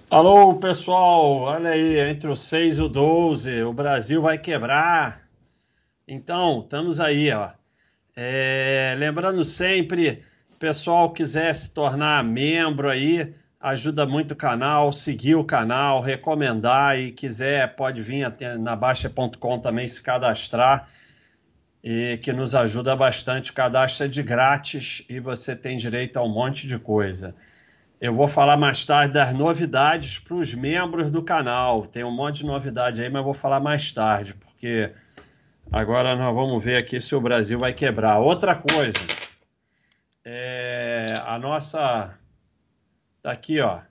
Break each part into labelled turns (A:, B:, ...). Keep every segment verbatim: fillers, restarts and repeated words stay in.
A: Alô, pessoal, olha aí, entre o seis e o doze, o Brasil vai quebrar. Então, estamos aí, ó. É, lembrando sempre, pessoal quiser se tornar membro aí, ajuda muito o canal, seguir o canal, recomendar e quiser pode vir até na Baixa ponto com também se cadastrar, e que nos ajuda bastante. O cadastro é de grátis e você tem direito a um monte de coisa. Eu vou falar mais tarde das novidades para os membros do canal. Tem um monte de novidade aí, mas eu vou falar mais tarde, porque agora nós vamos ver aqui se o Brasil vai quebrar. Outra coisa, é, a nossa. Tá aqui, ó.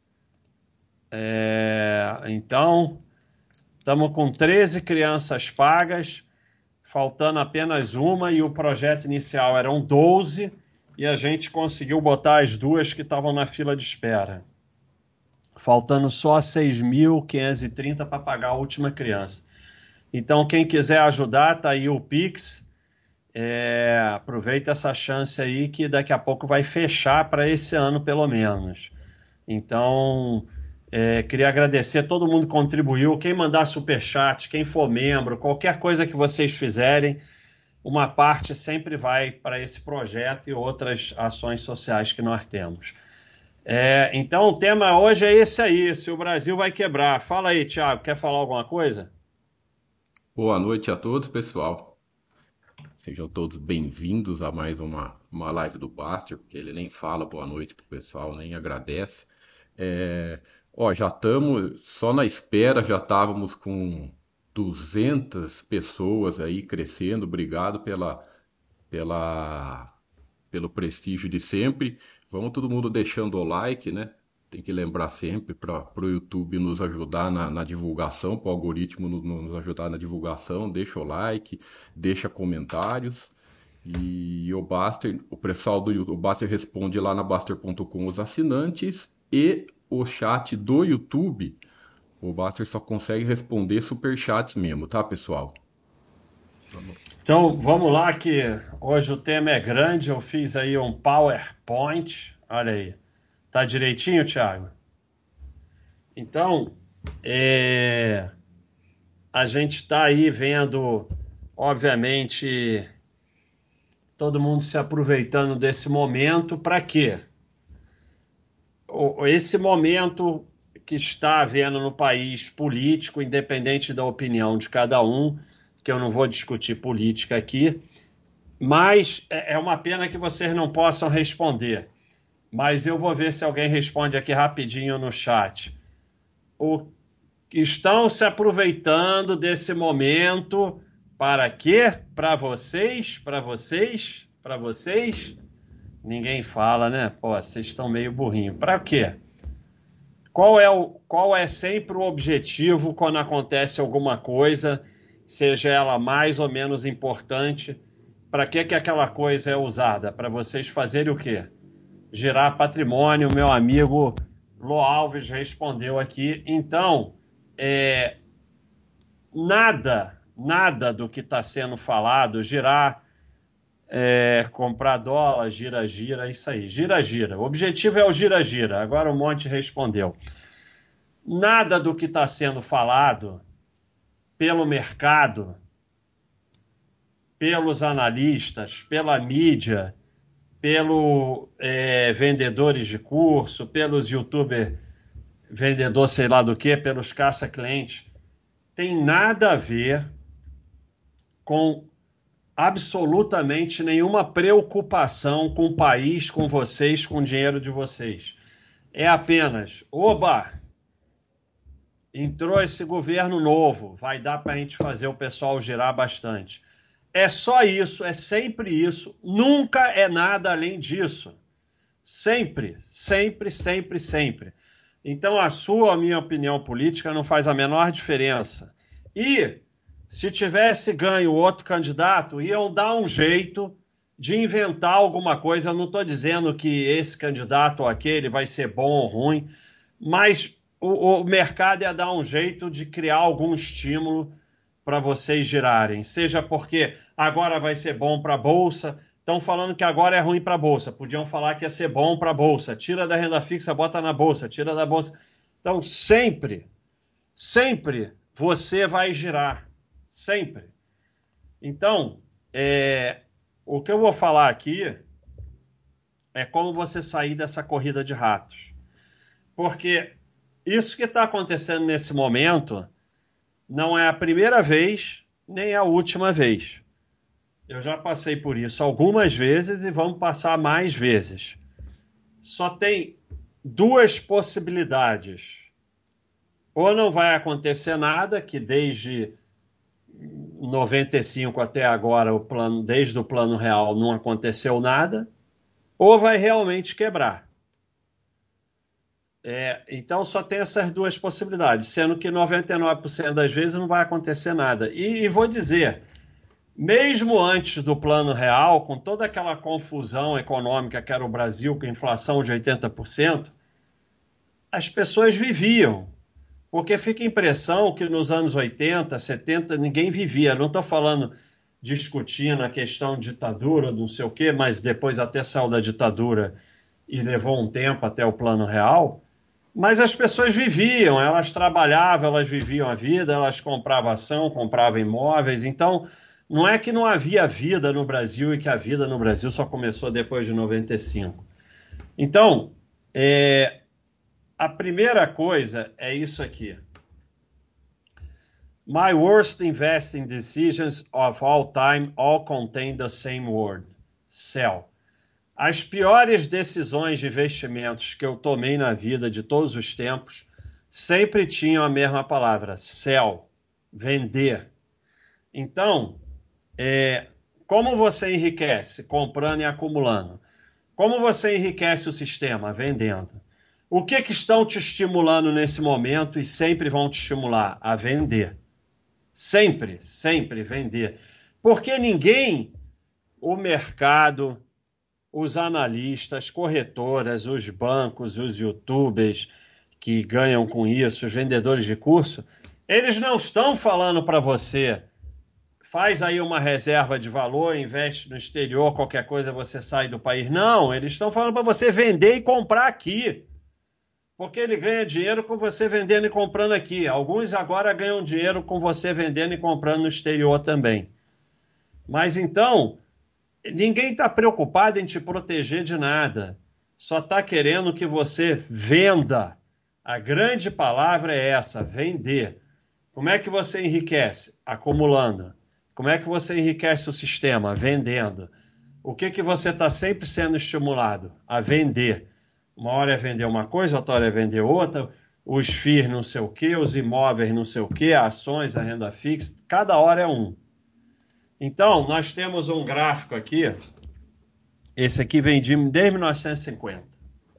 A: É, então, estamos com treze crianças pagas, faltando apenas uma, e o projeto inicial eram doze, e a gente conseguiu botar as duas que estavam na fila de espera. Faltando só seis mil quinhentos e trinta para pagar a última criança. Então, quem quiser ajudar, tá aí o Pix. É, aproveita essa chance aí que daqui a pouco vai fechar para esse ano, pelo menos. Então, é, queria agradecer a todo mundo que contribuiu. Quem mandar superchat, quem for membro, qualquer coisa que vocês fizerem, uma parte sempre vai para esse projeto e outras ações sociais que nós temos. É, então, o tema hoje é esse aí: se o Brasil vai quebrar. Fala aí, Thiago, quer falar alguma coisa?
B: Boa noite a todos, pessoal. Sejam todos bem-vindos a mais uma, uma live do Baster, porque ele nem fala boa noite pro pessoal, nem agradece. É, ó, já estamos só na espera, já estávamos com duzentas pessoas aí crescendo. Obrigado pela, pela, pelo prestígio de sempre. Vamos todo mundo deixando o like, né? Tem que lembrar sempre para o YouTube nos ajudar na, na divulgação, para o algoritmo no- nos ajudar na divulgação. Deixa o like, deixa comentários. E o Baster, o pessoal do YouTube, o Baster responde lá na Baster ponto com os assinantes e o chat do YouTube. O Baster só consegue responder superchats mesmo, tá, pessoal? Vamos.
A: Então, vamos lá, que hoje o tema é grande. Eu fiz aí um PowerPoint. Olha aí. Tá direitinho, Thiago? Então, é, a gente está aí vendo, obviamente, todo mundo se aproveitando desse momento. Para quê? O- Esse momento que está havendo no país político, independente da opinião de cada um, que eu não vou discutir política aqui, mas é é uma pena que vocês não possam responder. Mas eu vou ver se alguém responde aqui rapidinho no chat. O Estão se aproveitando desse momento para quê? Para vocês? Para vocês? Para vocês? Ninguém fala, né? Pô, vocês estão meio burrinho. Para quê? Qual é o, qual é sempre o objetivo quando acontece alguma coisa, seja ela mais ou menos importante? Para que que aquela coisa é usada? Para vocês fazerem o quê? Gerar patrimônio. Meu amigo Lô Alves respondeu aqui. Então, é, nada, nada do que está sendo falado, girar, é, comprar dólar, gira, gira, é isso aí, gira, gira. O objetivo é o gira, gira. Agora o Monte respondeu. Nada do que está sendo falado pelo mercado, pelos analistas, pela mídia, pelo é, vendedores de curso, pelos youtubers vendedor sei lá do que, pelos caça-clientes, tem nada a ver com absolutamente nenhuma preocupação com o país, com vocês, com o dinheiro de vocês. É apenas, oba, entrou esse governo novo, vai dar para a gente fazer o pessoal girar bastante. É só isso, é sempre isso, nunca é nada além disso. Sempre, sempre, sempre, sempre. Então a sua, a minha opinião política não faz a menor diferença. E se tivesse ganho outro candidato, iam dar um jeito de inventar alguma coisa. Eu não estou dizendo que esse candidato ou aquele vai ser bom ou ruim, mas o, o mercado ia dar um jeito de criar algum estímulo para vocês girarem. Seja porque agora vai ser bom para a Bolsa. Estão falando que agora é ruim para a Bolsa. Podiam falar que ia ser bom para a Bolsa. Tira da renda fixa, bota na Bolsa. Tira da Bolsa. Então, sempre, sempre você vai girar. Sempre. Então, é, o que eu vou falar aqui é como você sair dessa corrida de ratos. Porque isso que está acontecendo nesse momento não é a primeira vez, nem a última vez. Eu já passei por isso algumas vezes e vamos passar mais vezes. Só tem duas possibilidades. Ou não vai acontecer nada, que desde noventa e cinco até agora, o plano, desde o Plano Real, não aconteceu nada, ou vai realmente quebrar. É, então só tem essas duas possibilidades, sendo que noventa e nove por cento das vezes não vai acontecer nada. E, e vou dizer, mesmo antes do Plano Real, com toda aquela confusão econômica que era o Brasil, com inflação de oitenta por cento, as pessoas viviam. Porque fica a impressão que nos anos oitenta, setenta, ninguém vivia. Não estou falando discutindo a questão de ditadura, não sei o quê, mas depois até saiu da ditadura e levou um tempo até o Plano Real. Mas as pessoas viviam, elas trabalhavam, elas viviam a vida, elas compravam ação, compravam imóveis. Então, não é que não havia vida no Brasil e que a vida no Brasil só começou depois de noventa e cinco. Então, é, a primeira coisa é isso aqui. My worst investing decisions of all time all contain the same word, sell. As piores decisões de investimentos que eu tomei na vida de todos os tempos sempre tinham a mesma palavra, sell, vender. Então, é, como você enriquece? Comprando e acumulando. Como você enriquece o sistema? Vendendo. O que, que estão te estimulando nesse momento e sempre vão te estimular? A vender. Sempre, sempre vender. Porque ninguém, o mercado, os analistas, corretoras, os bancos, os youtubers que ganham com isso, os vendedores de curso, eles não estão falando para você, faz aí uma reserva de valor, investe no exterior, qualquer coisa você sai do país. Não, eles estão falando para você vender e comprar aqui. Porque ele ganha dinheiro com você vendendo e comprando aqui. Alguns agora ganham dinheiro com você vendendo e comprando no exterior também. Mas então, ninguém está preocupado em te proteger de nada. Só está querendo que você venda. A grande palavra é essa, vender. Como é que você enriquece? Acumulando. Como é que você enriquece o sistema? Vendendo. O que, que você está sempre sendo estimulado? A vender. Uma hora é vender uma coisa, outra hora é vender outra. Os F I Is não sei o quê, os imóveis não sei o quê, ações, a renda fixa. Cada hora é um. Então, nós temos um gráfico aqui. Esse aqui vem de desde mil novecentos e cinquenta.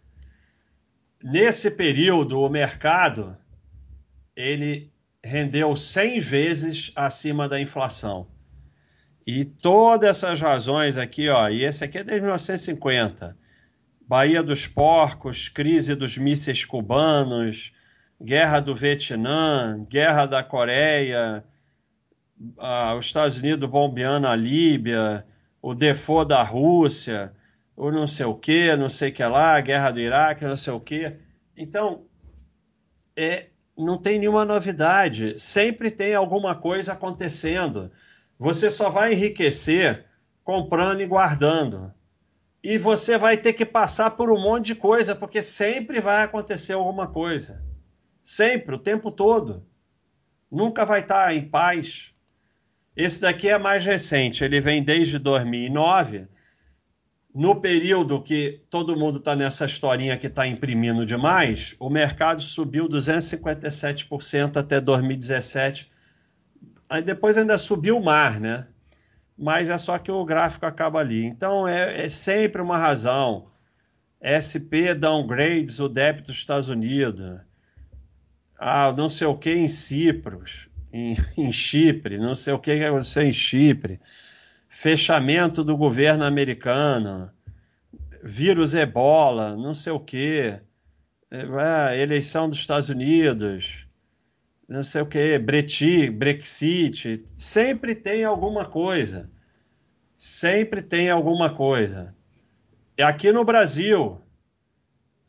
A: Nesse período, o mercado ele rendeu cem vezes acima da inflação. E todas essas razões aqui, ó, e esse aqui é desde mil novecentos e cinquenta. Baía dos Porcos, crise dos mísseis cubanos, guerra do Vietnã, guerra da Coreia, ah, os Estados Unidos bombeando a Líbia, o default da Rússia, o não sei o que, não sei o que lá, a guerra do Iraque, não sei o que. Então, é, não tem nenhuma novidade. Sempre tem alguma coisa acontecendo. Você só vai enriquecer comprando e guardando. E você vai ter que passar por um monte de coisa, porque sempre vai acontecer alguma coisa. Sempre, o tempo todo. Nunca vai estar em paz. Esse daqui é mais recente, ele vem desde dois mil e nove, no período que todo mundo está nessa historinha que está imprimindo demais, o mercado subiu duzentos e cinquenta e sete por cento até dois mil e dezessete. Aí depois ainda subiu mais, né? Mas é só que o gráfico acaba ali. Então é, é sempre uma razão. S P downgrades o débito dos Estados Unidos. Ah, não sei o que em Cipros, em, em Chipre, não sei o que aconteceu em Chipre. Fechamento do governo americano. Vírus Ebola, não sei o que. É, eleição dos Estados Unidos. Não sei o que. Brexit, Brexit. Sempre tem alguma coisa. Sempre tem alguma coisa. E aqui no Brasil,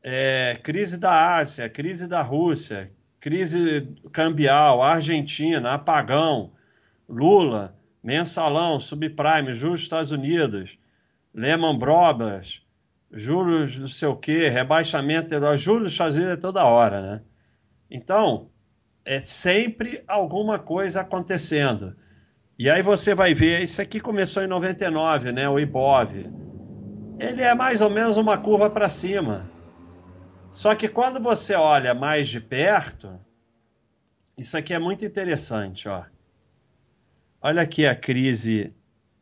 A: é, crise da Ásia, crise da Rússia, crise cambial, Argentina, apagão, Lula, mensalão, subprime, juros dos Estados Unidos, Lehman Brothers, juros não sei o quê, rebaixamento, juros dos Estados Unidos é toda hora, né? Então, é sempre alguma coisa acontecendo. E aí você vai ver, isso aqui começou em noventa e nove, né? O Ibov. Ele é mais ou menos uma curva para cima. Só que quando você olha mais de perto, isso aqui é muito interessante, ó. Olha aqui a crise,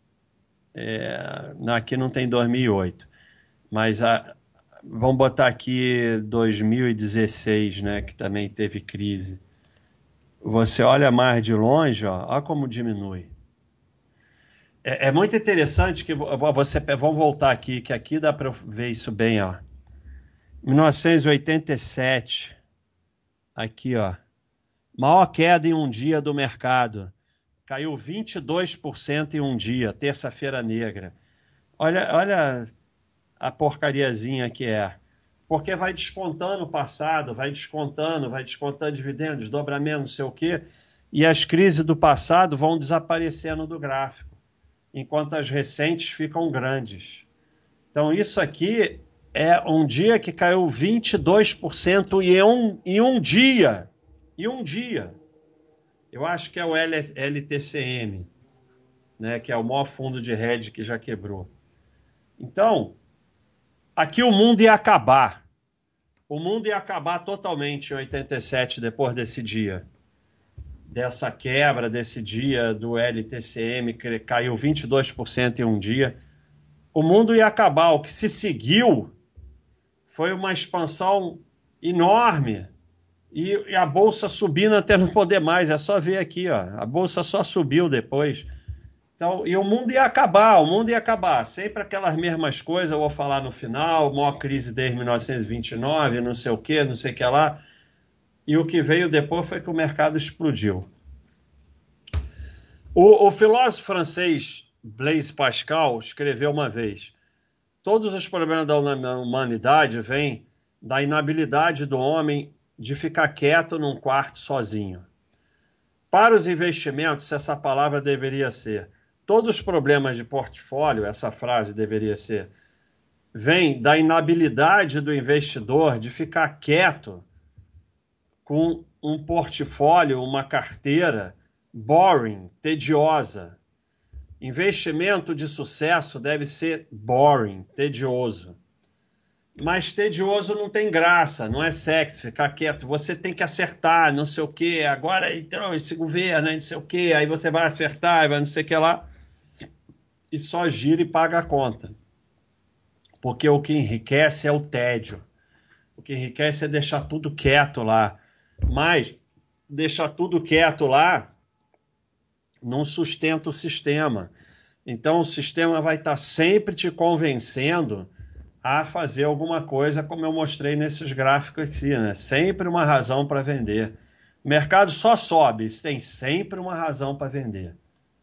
A: é, aqui não tem dois mil e oito, mas a, vamos botar aqui dois mil e dezesseis, né, que também teve crise. Você olha mais de longe, ó, olha como diminui. É, é muito interessante que você, vamos voltar aqui, que aqui dá para ver isso bem, ó. mil novecentos e oitenta e sete, aqui, ó, maior queda em um dia do mercado. Caiu vinte e dois por cento em um dia, terça-feira negra. Olha, olha a porcariazinha que é. Porque vai descontando o passado, vai descontando, vai descontando dividendos, desdobramento, não sei o quê, e as crises do passado vão desaparecendo do gráfico, enquanto as recentes ficam grandes. Então, isso aqui é um dia que caiu vinte e dois por cento em um, em um dia. Em um dia. Eu acho que é o L T C M, né, que é o maior fundo de hedge que já quebrou. Então, aqui o mundo ia acabar. O mundo ia acabar totalmente em oitenta e sete, depois desse dia. Dessa quebra, desse dia do L T C M, que caiu vinte e dois por cento em um dia. O mundo ia acabar. O que se seguiu foi uma expansão enorme. E, e a bolsa subindo até não poder mais. É só ver aqui, ó. A bolsa só subiu depois. Então, e o mundo ia acabar, o mundo ia acabar. Sempre aquelas mesmas coisas, eu vou falar no final, maior crise desde mil novecentos e vinte e nove, não sei o que, não sei o que lá. E o que veio depois foi que o mercado explodiu. O, o filósofo francês Blaise Pascal escreveu uma vez: todos os problemas da humanidade vêm da inabilidade do homem de ficar quieto num quarto sozinho. Para os investimentos, essa palavra deveria ser: todos os problemas de portfólio, essa frase deveria ser, vem da inabilidade do investidor de ficar quieto com um portfólio, uma carteira boring, tediosa. Investimento de sucesso deve ser boring, tedioso. Mas tedioso não tem graça, não é sexy ficar quieto. Você tem que acertar, não sei o quê. Agora entrou esse governo, não sei o quê. Aí você vai acertar, vai não sei o que lá. E só gira e paga a conta. Porque o que enriquece é o tédio. O que enriquece é deixar tudo quieto lá. Mas deixar tudo quieto lá não sustenta o sistema. Então o sistema vai estar sempre te convencendo a fazer alguma coisa, como eu mostrei nesses gráficos aqui, né? Sempre uma razão para vender. O mercado só sobe, tem sempre uma razão para vender.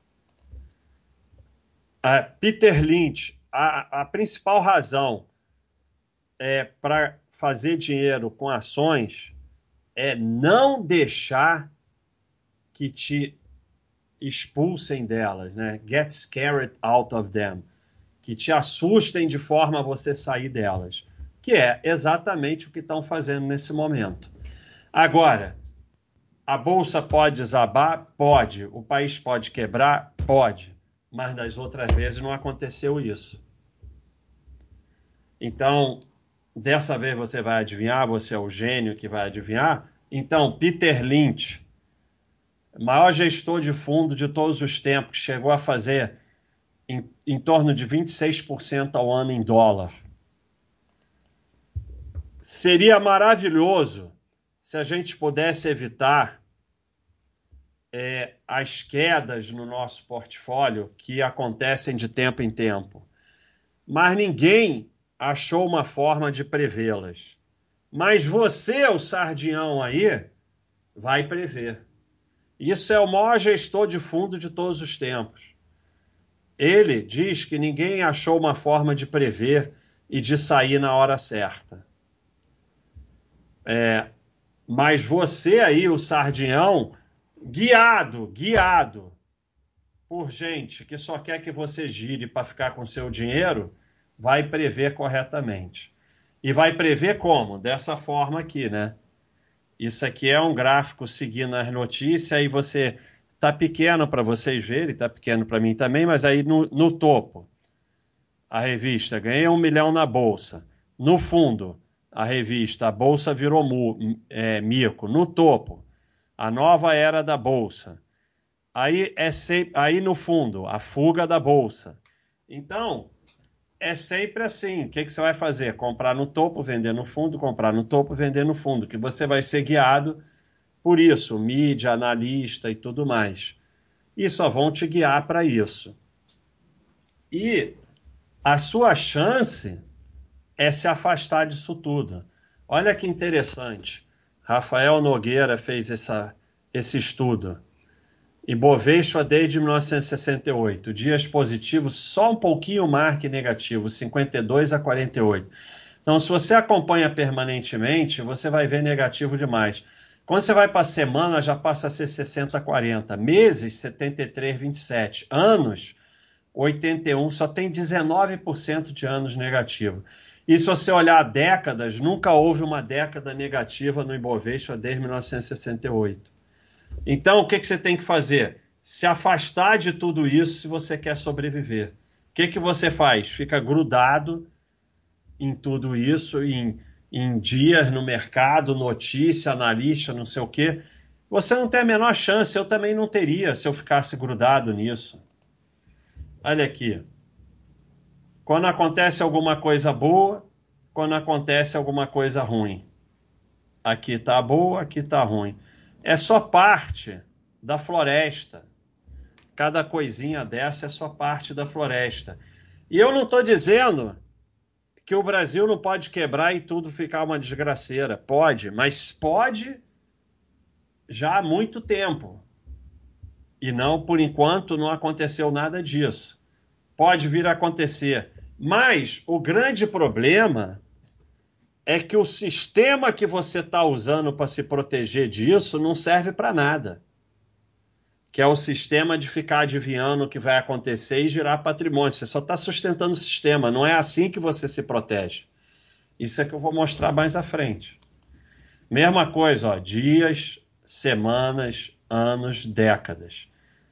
A: Uh, Peter Lynch, a, a principal razão é para fazer dinheiro com ações é não deixar que te expulsem delas, né? Get scared out of them. Que te assustem de forma a você sair delas, que é exatamente o que estão fazendo nesse momento. Agora, a bolsa pode desabar? Pode. O país pode quebrar? Pode. Mas das outras vezes não aconteceu isso. Então, dessa vez você vai adivinhar, você é o gênio que vai adivinhar. Então, Peter Lynch, maior gestor de fundo de todos os tempos, chegou a fazer Em, em torno de vinte e seis por cento ao ano em dólar. Seria maravilhoso se a gente pudesse evitar é, as quedas no nosso portfólio que acontecem de tempo em tempo. Mas ninguém achou uma forma de prevê-las. Mas você, o sardinhão aí, vai prever. Isso é o maior gestor de fundo de todos os tempos. Ele diz que ninguém achou uma forma de prever e de sair na hora certa. Mas você aí, o Sardinhão, guiado, guiado por gente que só quer que você gire para ficar com seu dinheiro, vai prever corretamente. E vai prever como? Dessa forma aqui, né? Isso aqui é um gráfico seguindo as notícias, aí você tá pequeno para vocês verem, tá pequeno para mim também, mas aí no, no topo, a revista ganhei um milhão na bolsa. No fundo, a revista, a bolsa virou mu, é, mico. No topo, a nova era da bolsa. Aí, é sempre, aí no fundo, a fuga da bolsa. Então, é sempre assim. O que, que você vai fazer? Comprar no topo, vender no fundo, comprar no topo, vender no fundo, que você vai ser guiado por isso, mídia, analista e tudo mais. E só vão te guiar para isso. E a sua chance é se afastar disso tudo. Olha que interessante. Rafael Nogueira fez essa, esse estudo. Ibovespa desde mil novecentos e sessenta e oito. Dias positivos, só um pouquinho mais que negativo, cinquenta e dois a quarenta e oito. Então, se você acompanha permanentemente, você vai ver negativo demais. Quando você vai para a semana, já passa a ser sessenta a quarenta. Meses, setenta e três a vinte e sete. Anos, oitenta e um. Só tem dezenove por cento de anos negativo. E se você olhar décadas, nunca houve uma década negativa no Ibovespa desde mil novecentos e sessenta e oito. Então, o que, que você tem que fazer? Se afastar de tudo isso se você quer sobreviver. O que, que você faz? Fica grudado em tudo isso, em, em dias no mercado, notícia, analista, não sei o quê. Você não tem a menor chance, eu também não teria se eu ficasse grudado nisso. Olha aqui. Quando acontece alguma coisa boa, quando acontece alguma coisa ruim. Aqui está boa, aqui está ruim. É só parte da floresta. Cada coisinha dessa é só parte da floresta. E eu não estou dizendo que o Brasil não pode quebrar e tudo ficar uma desgraceira. Pode, mas pode já há muito tempo. E não, por enquanto, não aconteceu nada disso. Pode vir a acontecer. Mas o grande problema é que o sistema que você está usando para se proteger disso não serve para nada. Que é o sistema de ficar adivinhando o que vai acontecer e girar patrimônio. Você só está sustentando o sistema. Não é assim que você se protege. Isso é que eu vou mostrar mais à frente. Mesma coisa, ó, dias, semanas, anos, décadas.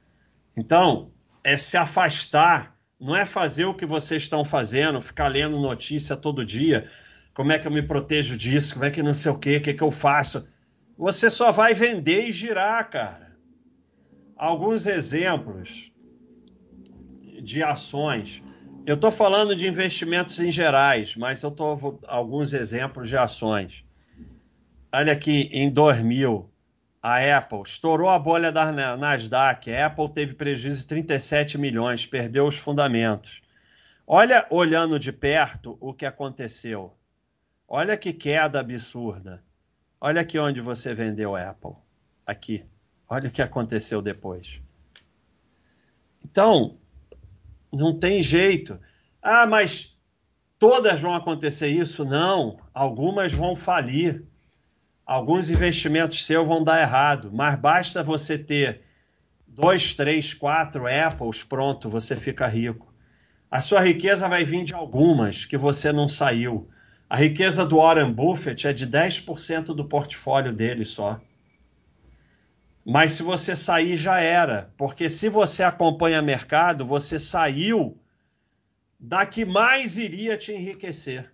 A: Então, é se afastar. Não é fazer o que vocês estão fazendo, ficar lendo notícia todo dia. Como é que eu me protejo disso? Como é que não sei o quê? O que, que eu faço? Você só vai vender e girar, cara. Alguns exemplos de ações. Eu estou falando de investimentos em gerais, mas eu estou alguns exemplos de ações. Olha aqui, em dois mil, a Apple estourou a bolha da Nasdaq. A Apple teve prejuízo de trinta e sete milhões, perdeu os fundamentos. Olha, olhando de perto, o que aconteceu. Olha que queda absurda. Olha aqui onde você vendeu a Apple. Aqui. Olha o que aconteceu depois. Então, não tem jeito. Ah, mas todas vão acontecer isso? Não. Algumas vão falir. Alguns investimentos seus vão dar errado. Mas basta você ter dois, três, quatro Apples, pronto, você fica rico. A sua riqueza vai vir de algumas que você não saiu. A riqueza do Warren Buffett é de dez por cento do portfólio dele só. Mas se você sair, já era. Porque se você acompanha mercado, você saiu da que mais iria te enriquecer.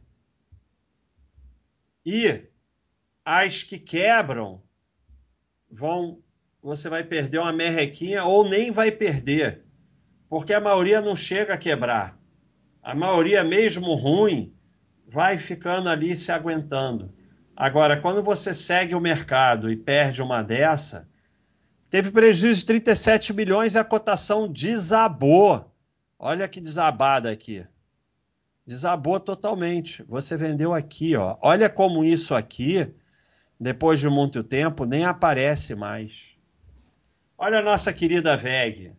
A: E as que quebram, vão, você vai perder uma merrequinha ou nem vai perder. Porque a maioria não chega a quebrar. A maioria, mesmo ruim, vai ficando ali se aguentando. Agora, quando você segue o mercado e perde uma dessa, teve prejuízo de trinta e sete milhões e a cotação desabou. Olha que desabada aqui. Desabou totalmente. Você vendeu aqui, ó. Olha como isso aqui, depois de muito tempo, nem aparece mais. Olha a nossa querida V E G.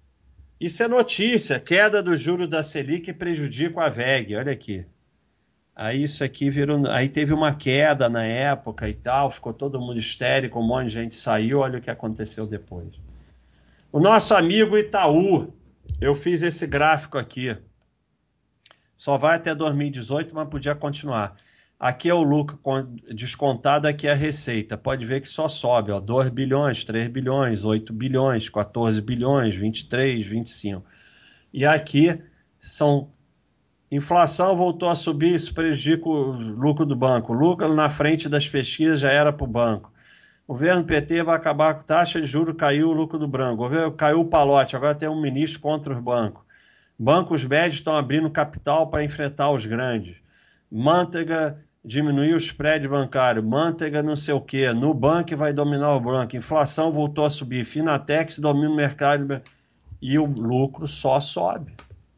A: Isso é notícia. Queda do juros da Selic prejudica a V E G. Olha aqui. Aí isso aqui virou. Aí teve uma queda na época e tal, ficou todo mundo histérico, um monte de gente saiu, olha o que aconteceu depois. O nosso amigo Itaú, eu fiz esse gráfico aqui. Só vai até dois mil e dezoito, mas podia continuar. Aqui é o lucro descontado, aqui é a receita. Pode ver que só sobe, ó, dois bilhões, três bilhões, oito bilhões, quatorze bilhões, vinte e três, vinte e cinco. E aqui são inflação voltou a subir, isso prejudica o lucro do banco. O lucro na frente das pesquisas já era para o banco. O governo P T vai acabar com taxa de juros, caiu o lucro do banco. O governo caiu o palote, agora tem um ministro contra os bancos. Bancos médios estão abrindo capital para enfrentar os grandes. Manteiga diminuiu o spread bancário. Manteiga não sei o quê. Nubank vai dominar o banco. Inflação voltou a subir. Finatex domina o mercado e o lucro só sobe.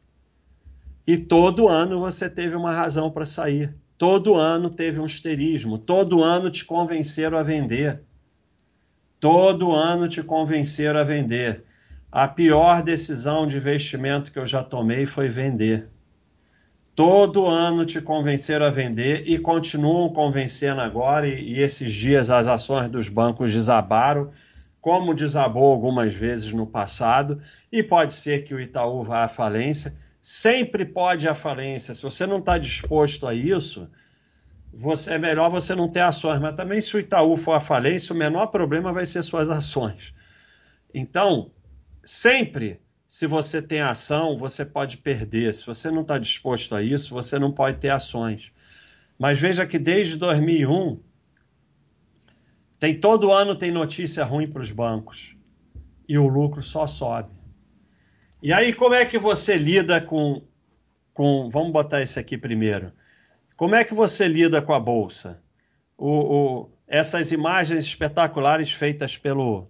A: E todo ano você teve uma razão para sair. Todo ano teve um histerismo. Todo ano te convenceram a vender. Todo ano te convenceram a vender. A pior decisão de investimento que eu já tomei foi vender. Todo ano te convenceram a vender e continuam convencendo agora. E, e esses dias as ações dos bancos desabaram, como desabou algumas vezes no passado. E pode ser que o Itaú vá à falência. Sempre pode ir à falência. Se você não está disposto a isso, você, é melhor você não ter ações. Mas também se o Itaú for à falência, o menor problema vai ser suas ações. Então, sempre, se você tem ação, você pode perder. Se você não está disposto a isso, você não pode ter ações. Mas veja que desde dois mil e um, tem, todo ano tem notícia ruim para os bancos. E o lucro só sobe. E aí, como é que você lida com, com... Vamos botar esse aqui primeiro. Como é que você lida com a Bolsa? O, o, essas imagens espetaculares feitas pelo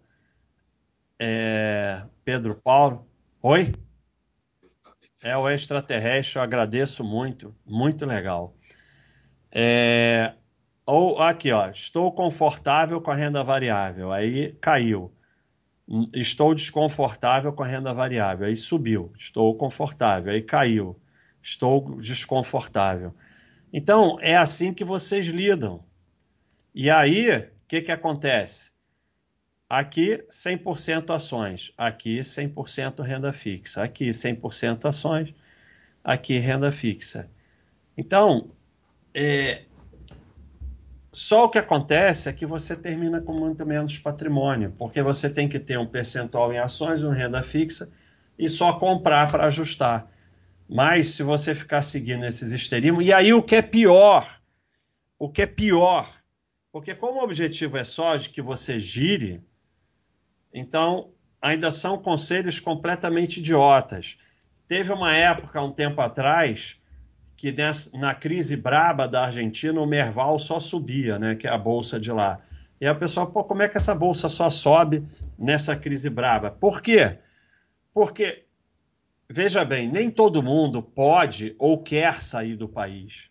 A: é, Pedro Paulo. Oi? É o extraterrestre, eu agradeço muito. Muito legal. É, ou, aqui, ó. Estou confortável com a renda variável. Aí caiu. Estou desconfortável com a renda variável. Aí subiu. Estou confortável. Aí caiu. Estou desconfortável. Então, é assim que vocês lidam. E aí, o que, que acontece? Aqui, cem por cento ações. Aqui, cem por cento renda fixa. Aqui, cem por cento ações. Aqui, renda fixa. Então, é... só o que acontece é que você termina com muito menos patrimônio, porque você tem que ter um percentual em ações, uma renda fixa, e só comprar para ajustar. Mas se você ficar seguindo esses histerismos... E aí o que é pior, o que é pior, porque como o objetivo é só de que você gire, então ainda são conselhos completamente idiotas. Teve uma época, um tempo atrás, que nessa, na crise braba da Argentina, o Merval só subia, né, que é a bolsa de lá. E a pessoa, pô, como é que essa bolsa só sobe nessa crise braba? Por quê? Porque, veja bem, nem todo mundo pode ou quer sair do país.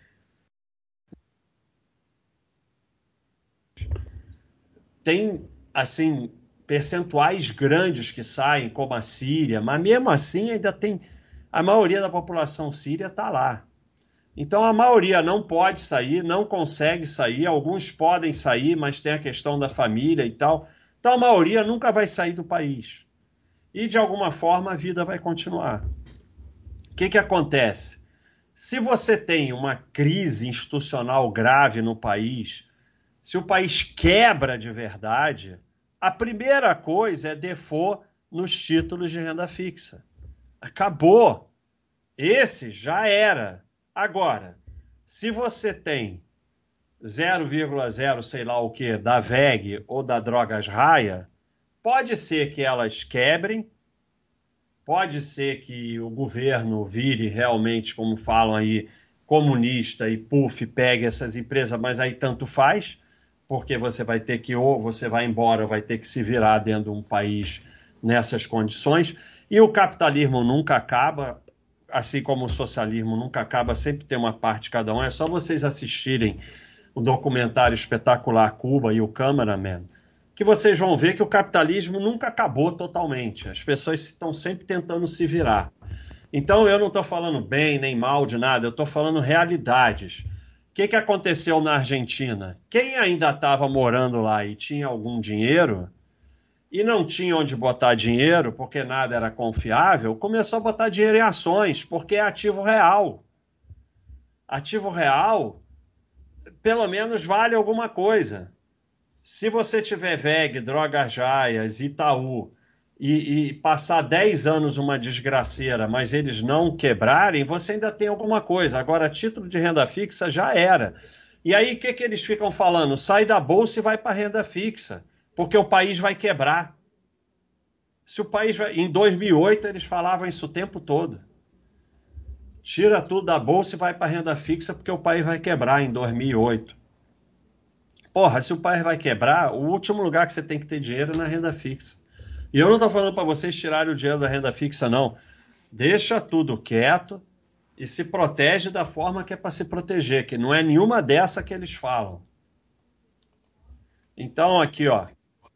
A: Tem, assim, percentuais grandes que saem, como a Síria, mas mesmo assim ainda tem... A maioria da população síria está lá. Então a maioria não pode sair, não consegue sair, alguns podem sair, mas tem a questão da família e tal. Então a maioria nunca vai sair do país. E de alguma forma a vida vai continuar. O que, que acontece? Se você tem uma crise institucional grave no país, se o país quebra de verdade, a primeira coisa é default nos títulos de renda fixa. Acabou. Esse já era. Agora, se você tem zero vírgula zero sei lá o que da V E G ou da Drogas Raia, pode ser que elas quebrem, pode ser que o governo vire realmente, como falam aí, comunista e puf, pegue essas empresas, mas aí tanto faz, porque você vai ter que, ou você vai embora, ou vai ter que se virar dentro de um país nessas condições, e o capitalismo nunca acaba, assim como o socialismo nunca acaba, sempre tem uma parte de cada um. É só vocês assistirem o documentário espetacular Cuba e o Cameraman, que vocês vão ver que o capitalismo nunca acabou totalmente. As pessoas estão sempre tentando se virar. Então, eu não estou falando bem nem mal de nada, eu estou falando realidades. O que, que aconteceu na Argentina? Quem ainda estava morando lá e tinha algum dinheiro, e não tinha onde botar dinheiro, porque nada era confiável, começou a botar dinheiro em ações, porque é ativo real. Ativo real, pelo menos vale alguma coisa. Se você tiver V E G, Drogas Jaias, Itaú, e, e passar dez anos uma desgraceira, mas eles não quebrarem, você ainda tem alguma coisa. Agora, título de renda fixa já era. E aí, o que, que eles ficam falando? Sai da bolsa e vai para a renda fixa, porque o país vai quebrar. Se o país vai... Em dois mil e oito, eles falavam isso o tempo todo. Tira tudo da bolsa e vai para a renda fixa, porque o país vai quebrar em dois mil e oito. Porra, se o país vai quebrar, o último lugar que você tem que ter dinheiro é na renda fixa. E eu não estou falando para vocês tirarem o dinheiro da renda fixa, não. Deixa tudo quieto e se protege da forma que é para se proteger, que não é nenhuma dessa que eles falam. Então, aqui, ó.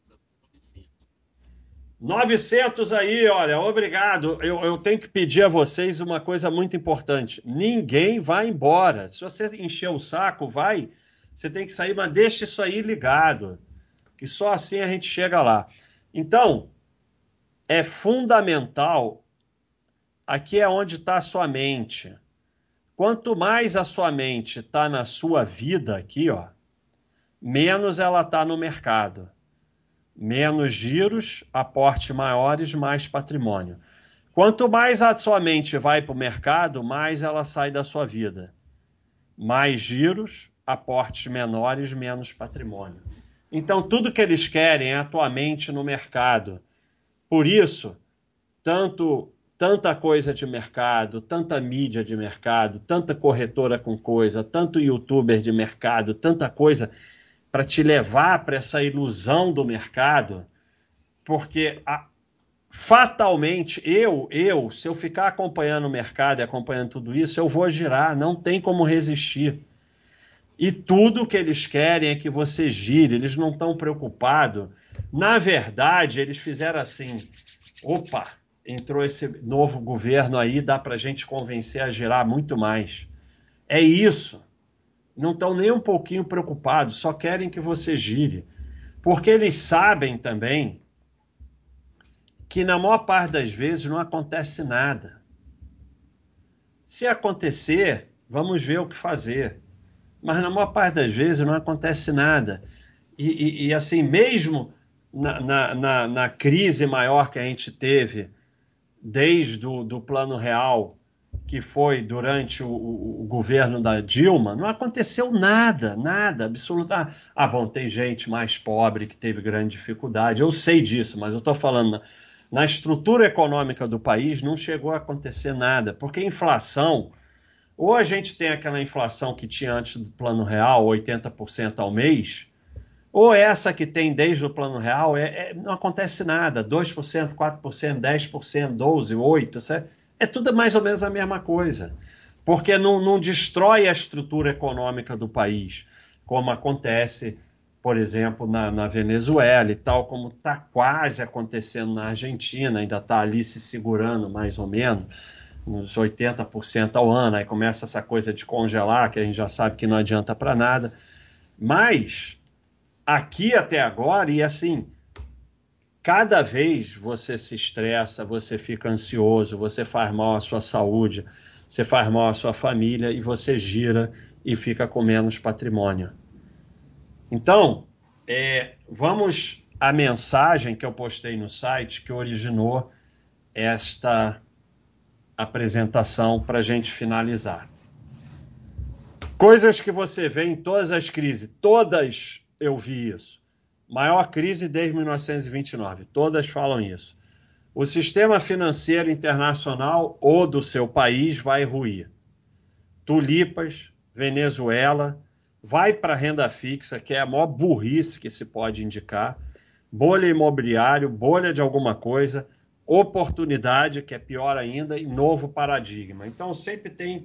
A: novecentos aí, olha, obrigado. Eu, eu tenho que pedir a vocês uma coisa muito importante. Ninguém vai embora. Se você encher o saco, vai. Você tem que sair, mas deixa isso aí ligado, que só assim a gente chega lá. Então, é fundamental, aqui é onde está a sua mente. Quanto mais a sua mente está na sua vida aqui, ó, menos ela está no mercado. Menos giros, aportes maiores, mais patrimônio. Quanto mais a sua mente vai para o mercado, mais ela sai da sua vida. Mais giros, aportes menores, menos patrimônio. Então, tudo que eles querem é a tua mente no mercado. Por isso, tanto, tanta coisa de mercado, tanta mídia de mercado, tanta corretora com coisa, tanto youtuber de mercado, tanta coisa para te levar para essa ilusão do mercado, porque a, fatalmente, eu, eu, se eu ficar acompanhando o mercado e acompanhando tudo isso, eu vou girar, não tem como resistir. E tudo que eles querem é que você gire, eles não estão preocupados. Na verdade, eles fizeram assim, opa, entrou esse novo governo aí, dá para a gente convencer a girar muito mais. É isso. Não estão nem um pouquinho preocupados, só querem que você gire. Porque eles sabem também que na maior parte das vezes não acontece nada. Se acontecer, vamos ver o que fazer. Mas na maior parte das vezes não acontece nada. E, e, e assim, mesmo na, na, na, na crise maior que a gente teve, desde o do Plano Real, que foi durante o, o, o governo da Dilma, não aconteceu nada, nada, absolutamente. Ah, bom, tem gente mais pobre que teve grande dificuldade, eu sei disso, mas eu estou falando, na, na estrutura econômica do país não chegou a acontecer nada, porque a inflação, ou a gente tem aquela inflação que tinha antes do Plano Real, oitenta por cento ao mês, ou essa que tem desde o Plano Real, é, é, não acontece nada, dois por cento, quatro por cento, dez por cento, doze por cento, oito por cento, é tudo mais ou menos a mesma coisa, porque não, não destrói a estrutura econômica do país, como acontece, por exemplo, na, na Venezuela e tal, como está quase acontecendo na Argentina, ainda está ali se segurando mais ou menos, uns oitenta por cento ao ano, aí começa essa coisa de congelar, que a gente já sabe que não adianta para nada, mas aqui até agora, e assim, cada vez você se estressa, você fica ansioso, você faz mal à sua saúde, você faz mal à sua família e você gira e fica com menos patrimônio. Então, é, vamos à mensagem que eu postei no site que originou esta apresentação para a gente finalizar. Coisas que você vê em todas as crises, todas eu vi isso. Maior crise desde mil novecentos e vinte e nove, todas falam isso. O sistema financeiro internacional ou do seu país vai ruir. Tulipas, Venezuela, vai para a renda fixa, que é a maior burrice que se pode indicar, bolha imobiliário, bolha de alguma coisa, oportunidade, que é pior ainda, e novo paradigma. Então sempre tem,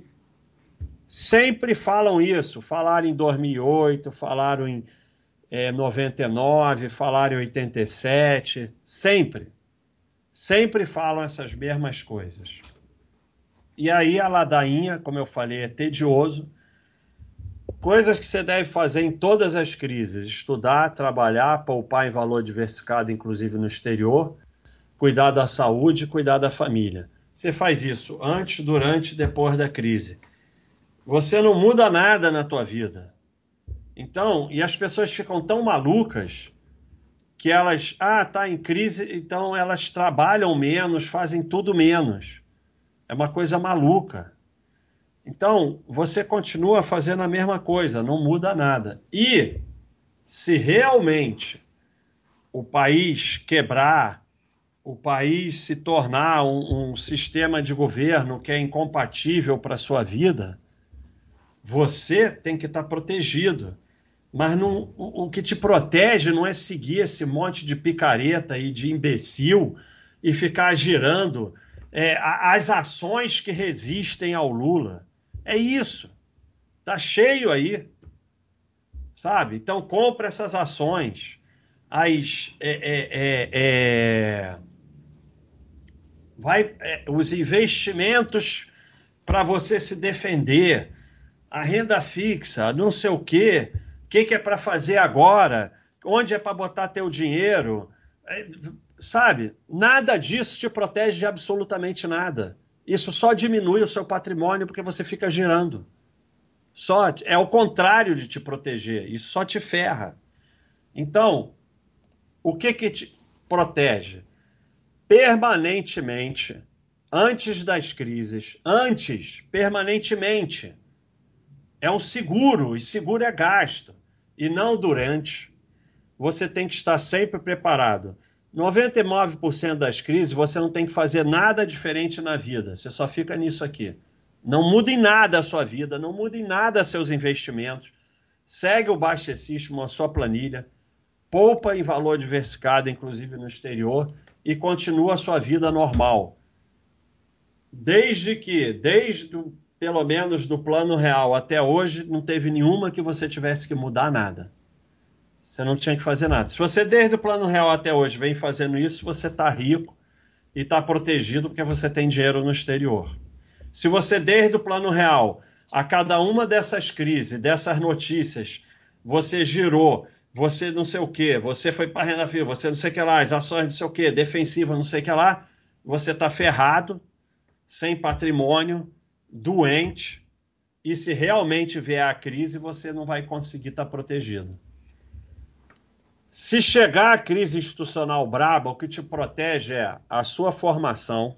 A: sempre falam isso, falaram em dois mil e oito, falaram em é, noventa e nove, falaram em oitenta e sete, sempre, sempre falam essas mesmas coisas. E aí a ladainha, como eu falei, é tedioso. Coisas que você deve fazer em todas as crises: estudar, trabalhar, poupar em valor diversificado, inclusive no exterior, cuidar da saúde, cuidar da família. Você faz isso antes, durante e depois da crise. Você não muda nada na tua vida. Então, e as pessoas ficam tão malucas que elas, ah, tá em crise, então elas trabalham menos, fazem tudo menos. É uma coisa maluca. Então, você continua fazendo a mesma coisa, não muda nada. E se realmente o país quebrar, o país se tornar um, um sistema de governo que é incompatível para a sua vida, você tem que estar protegido. Mas não, o, o que te protege não é seguir esse monte de picareta e de imbecil e ficar girando é, as ações que resistem ao Lula. É isso. Tá cheio aí, sabe? Então compra essas ações. As, é, é, é, vai, é, os investimentos para você se defender, a renda fixa, não sei o quê, o que, que é para fazer agora, onde é para botar teu dinheiro, é, sabe? Nada disso te protege de absolutamente nada. Isso só diminui o seu patrimônio porque você fica girando. Só é o contrário de te proteger, isso só te ferra. Então, o que que te protege? Permanentemente, antes das crises, antes, permanentemente. É um seguro, e seguro é gasto, e não durante. Você tem que estar sempre preparado. noventa e nove por cento das crises, você não tem que fazer nada diferente na vida, você só fica nisso aqui. Não muda em nada a sua vida, não muda em nada seus investimentos. Segue o Baixa System, a sua planilha, poupa em valor diversificado, inclusive no exterior, e continua a sua vida normal. Desde que, desde o, pelo menos do plano real até hoje, não teve nenhuma que você tivesse que mudar nada. Você não tinha que fazer nada. Se você, desde o plano real até hoje, vem fazendo isso, você está rico e está protegido porque você tem dinheiro no exterior. Se você, desde o plano real, a cada uma dessas crises, dessas notícias, você girou, você não sei o quê, você foi para a renda fixa, você não sei o que lá, as ações não sei o quê, defensiva não sei o que lá, você está ferrado, sem patrimônio, doente, e se realmente vier a crise, você não vai conseguir estar protegido. Se chegar a crise institucional braba, o que te protege é a sua formação,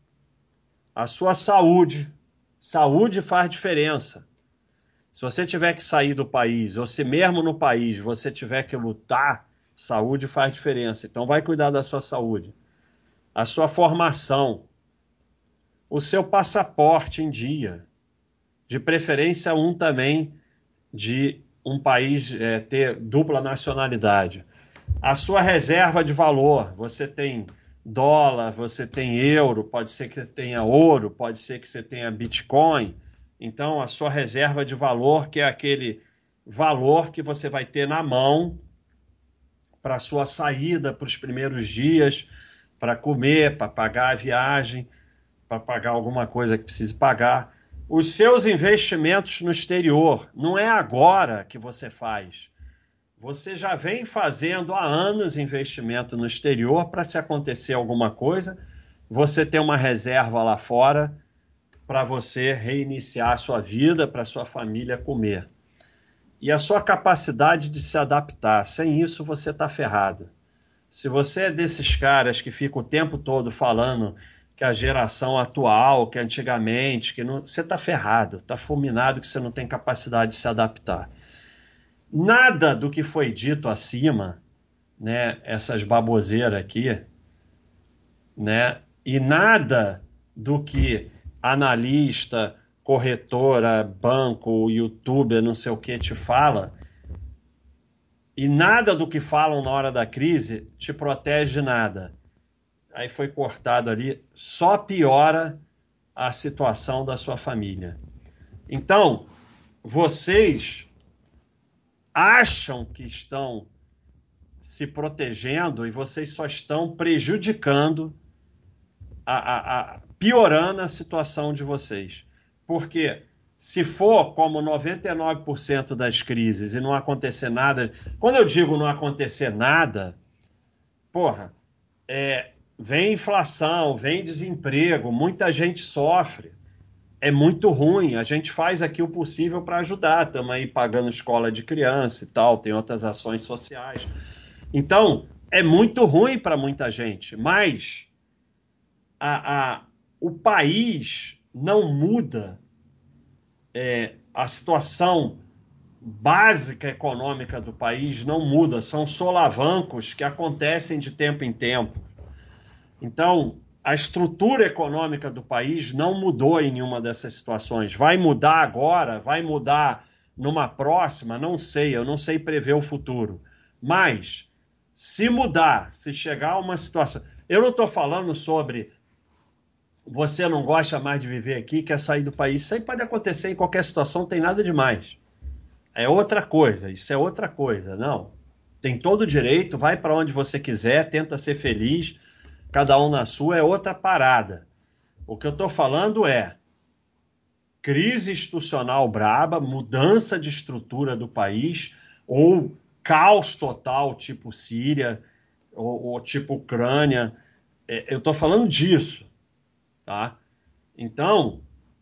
A: a sua saúde. Saúde faz diferença. Se você tiver que sair do país, ou se mesmo no país você tiver que lutar, saúde faz diferença. Então vai cuidar da sua saúde. A sua formação, o seu passaporte em dia, de preferência um também de um país é, ter dupla nacionalidade. A sua reserva de valor, você tem dólar, você tem euro, pode ser que você tenha ouro, pode ser que você tenha Bitcoin. Então, a sua reserva de valor, que é aquele valor que você vai ter na mão para a sua saída, para os primeiros dias, para comer, para pagar a viagem, para pagar alguma coisa que precise pagar. Os seus investimentos no exterior, não é agora que você faz. Você já vem fazendo há anos investimento no exterior para, se acontecer alguma coisa, você ter uma reserva lá fora para você reiniciar a sua vida, para sua família comer. E a sua capacidade de se adaptar. Sem isso, você está ferrado. Se você é desses caras que fica o tempo todo falando que a geração atual, que antigamente, que não, você está ferrado, está fulminado, que você não tem capacidade de se adaptar. Nada do que foi dito acima, né, essas baboseiras aqui, né, e nada do que analista, corretora, banco, youtuber, não sei o que te fala, e nada do que falam na hora da crise te protege de nada. Aí foi cortado ali, só piora a situação da sua família. Então, vocês acham que estão se protegendo e vocês só estão prejudicando a, a, a, piorando a situação de vocês. Porque se for como noventa e nove por cento das crises e não acontecer nada... Quando eu digo não acontecer nada, porra, é, vem inflação, vem desemprego, muita gente sofre. É muito ruim. A gente faz aqui o possível para ajudar. Estamos aí pagando escola de criança e tal, tem outras ações sociais. Então, é muito ruim para muita gente, mas a, a, o país não muda é, a situação básica econômica do país não muda, são solavancos que acontecem de tempo em tempo. Então, a estrutura econômica do país não mudou em nenhuma dessas situações. Vai mudar agora? Vai mudar numa próxima? Não sei, eu não sei prever o futuro. Mas, se mudar, se chegar a uma situação... Eu não estou falando sobre você não gosta mais de viver aqui, quer sair do país. Isso aí pode acontecer em qualquer situação, não tem nada demais. É outra coisa, isso é outra coisa. Não, tem todo o direito, vai para onde você quiser, tenta ser feliz... Cada um na sua, é outra parada. O que eu estou falando é crise institucional braba, mudança de estrutura do país, ou caos total, tipo Síria, ou, ou tipo Ucrânia. É, eu estou falando disso. Tá? Então,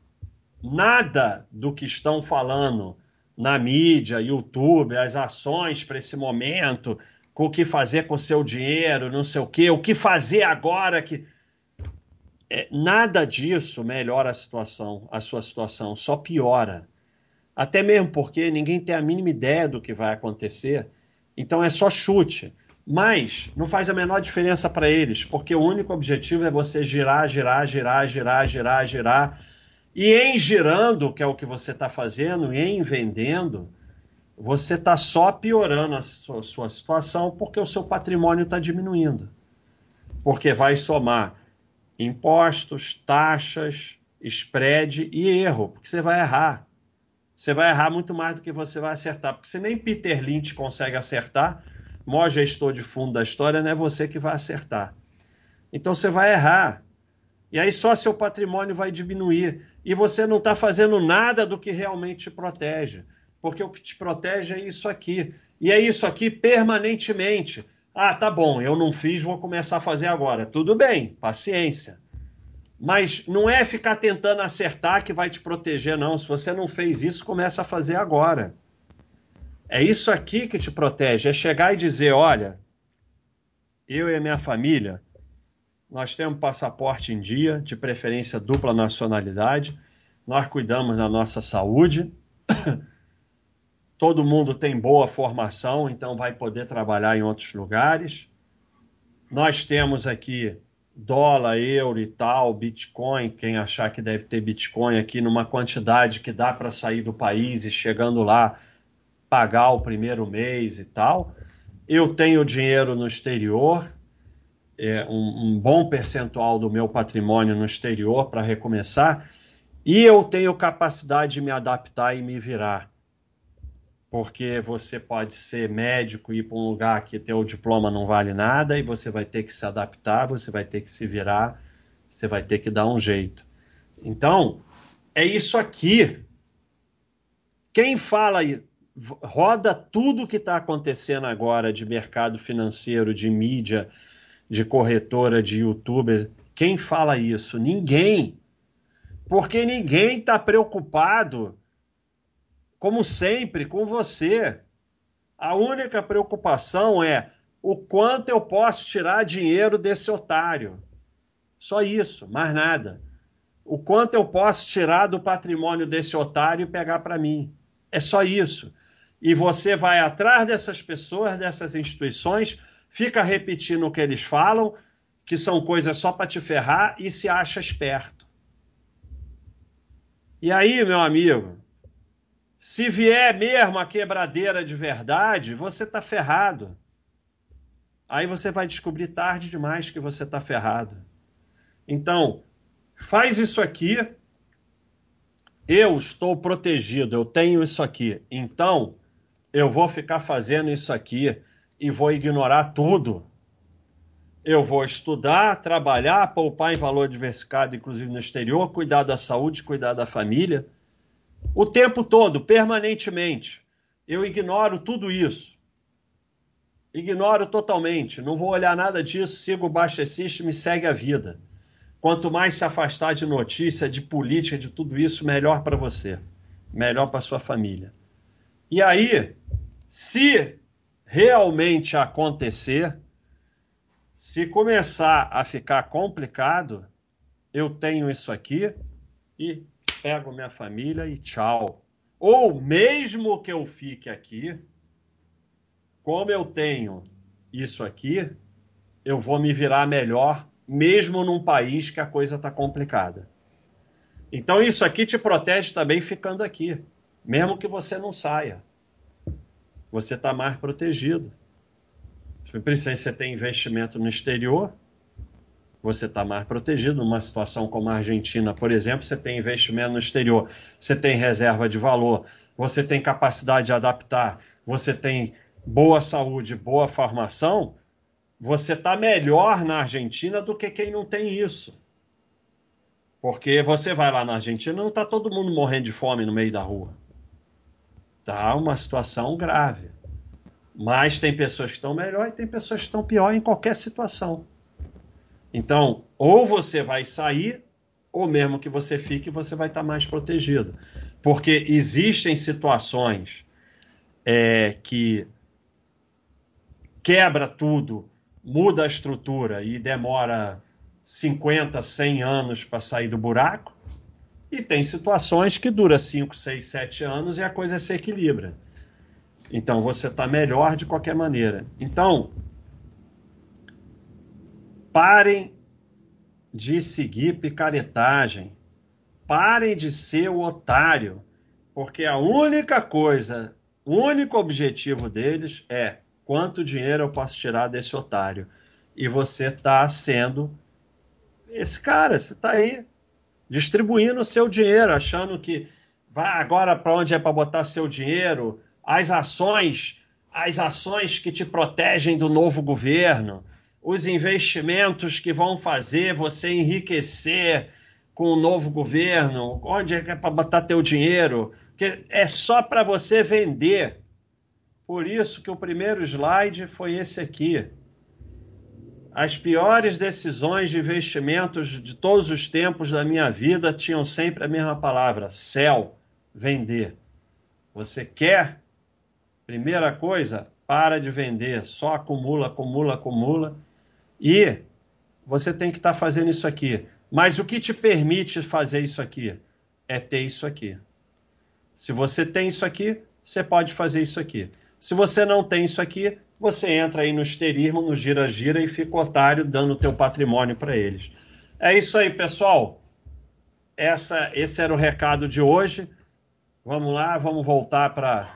A: nada do que estão falando na mídia, YouTube, as ações para esse momento... com o que fazer com o seu dinheiro, não sei o quê, o que fazer agora que... É, nada disso melhora a situação, a sua situação, só piora. Até mesmo porque ninguém tem a mínima ideia do que vai acontecer, então é só chute. Mas não faz a menor diferença para eles, porque o único objetivo é você girar, girar, girar, girar, girar, girar, e em girando, que é o que você está fazendo, e em vendendo... você está só piorando a sua, sua situação porque o seu patrimônio está diminuindo. Porque vai somar impostos, taxas, spread e erro, porque você vai errar. Você vai errar muito mais do que você vai acertar, porque se nem Peter Lynch consegue acertar, maior gestor de fundo da história, não é você que vai acertar. Então você vai errar. E aí só seu patrimônio vai diminuir. E você não está fazendo nada do que realmente te protege. Porque o que te protege é isso aqui. E é isso aqui permanentemente. Ah, tá bom, eu não fiz, vou começar a fazer agora. Tudo bem, paciência. Mas não é ficar tentando acertar que vai te proteger, não. Se você não fez isso, começa a fazer agora. É isso aqui que te protege. É chegar e dizer, olha, eu e a minha família, nós temos passaporte em dia, de preferência dupla nacionalidade, nós cuidamos da nossa saúde, todo mundo tem boa formação, então vai poder trabalhar em outros lugares. Nós temos aqui dólar, euro e tal, Bitcoin, quem achar que deve ter Bitcoin aqui numa quantidade que dá para sair do país e chegando lá pagar o primeiro mês e tal. Eu tenho dinheiro no exterior, é, um, um bom percentual do meu patrimônio no exterior para recomeçar, e eu tenho capacidade de me adaptar e me virar. Porque você pode ser médico e ir para um lugar que teu diploma não vale nada e você vai ter que se adaptar, você vai ter que se virar, você vai ter que dar um jeito. Então, é isso aqui. Quem fala, roda tudo que está acontecendo agora de mercado financeiro, de mídia, de corretora, de youtuber, quem fala isso? Ninguém. Porque ninguém está preocupado, como sempre, com você. A única preocupação é o quanto eu posso tirar dinheiro desse otário. Só isso, mais nada. O quanto eu posso tirar do patrimônio desse otário e pegar para mim. É só isso. E você vai atrás dessas pessoas, dessas instituições, fica repetindo o que eles falam, que são coisas só para te ferrar, e se acha esperto. E aí, meu amigo, se vier mesmo a quebradeira de verdade, você está ferrado. Aí você vai descobrir tarde demais que você está ferrado. Então, faz isso aqui. Eu estou protegido, eu tenho isso aqui. Então, eu vou ficar fazendo isso aqui e vou ignorar tudo. eu vou estudar, trabalhar, poupar em valor diversificado, inclusive no exterior, cuidar da saúde, cuidar da família. O tempo todo, permanentemente. Eu ignoro tudo isso. Ignoro totalmente. Não vou olhar nada disso, sigo o Baixa System e segue a vida. Quanto mais se afastar de notícia, de política, de tudo isso, melhor para você. Melhor para sua família. E aí, se realmente acontecer, se começar a ficar complicado, eu tenho isso aqui e pego minha família e tchau. Ou mesmo que eu fique aqui, como eu tenho isso aqui, eu vou me virar melhor, mesmo num país que a coisa está complicada. Então isso aqui te protege também ficando aqui, mesmo que você não saia. Você está mais protegido. Se você tem investimento no exterior, você está mais protegido. Numa situação como a Argentina, por exemplo, você tem investimento no exterior, você tem reserva de valor, você tem capacidade de adaptar, você tem boa saúde, boa formação, você está melhor na Argentina do que quem não tem isso. Porque você vai lá na Argentina, não está todo mundo morrendo de fome no meio da rua. Está uma situação grave. Mas tem pessoas que estão melhor e tem pessoas que estão pior em qualquer situação. Então, ou você vai sair, ou mesmo que você fique, você vai estar mais protegido. Porque existem situações é, que quebra tudo, muda a estrutura e demora cinquenta, cem anos para sair do buraco. E tem situações que dura cinco, seis, sete anos e a coisa se equilibra. Então, você está melhor de qualquer maneira. Então, parem de seguir picaretagem. Parem de ser o otário. Porque a única coisa, o único objetivo deles é quanto dinheiro eu posso tirar desse otário. E você está sendo esse cara. Você está aí distribuindo o seu dinheiro, achando que vai agora para onde é para botar seu dinheiro, as ações, as ações que te protegem do novo governo, os investimentos que vão fazer você enriquecer com o novo governo, onde é para botar teu dinheiro, que é só para você vender. Por isso que o primeiro slide foi esse aqui. As piores decisões de investimentos de todos os tempos da minha vida tinham sempre a mesma palavra: sell, vender. Você quer? Primeira coisa, para de vender, só acumula, acumula, acumula. E você tem que estar fazendo isso aqui. Mas o que te permite fazer isso aqui é ter isso aqui. Se você tem isso aqui, você pode fazer isso aqui. Se você não tem isso aqui, você entra aí no esterismo, no gira-gira e fica otário dando o teu patrimônio para eles. É isso aí, pessoal. Essa, esse era o recado de hoje. Vamos lá, vamos voltar para...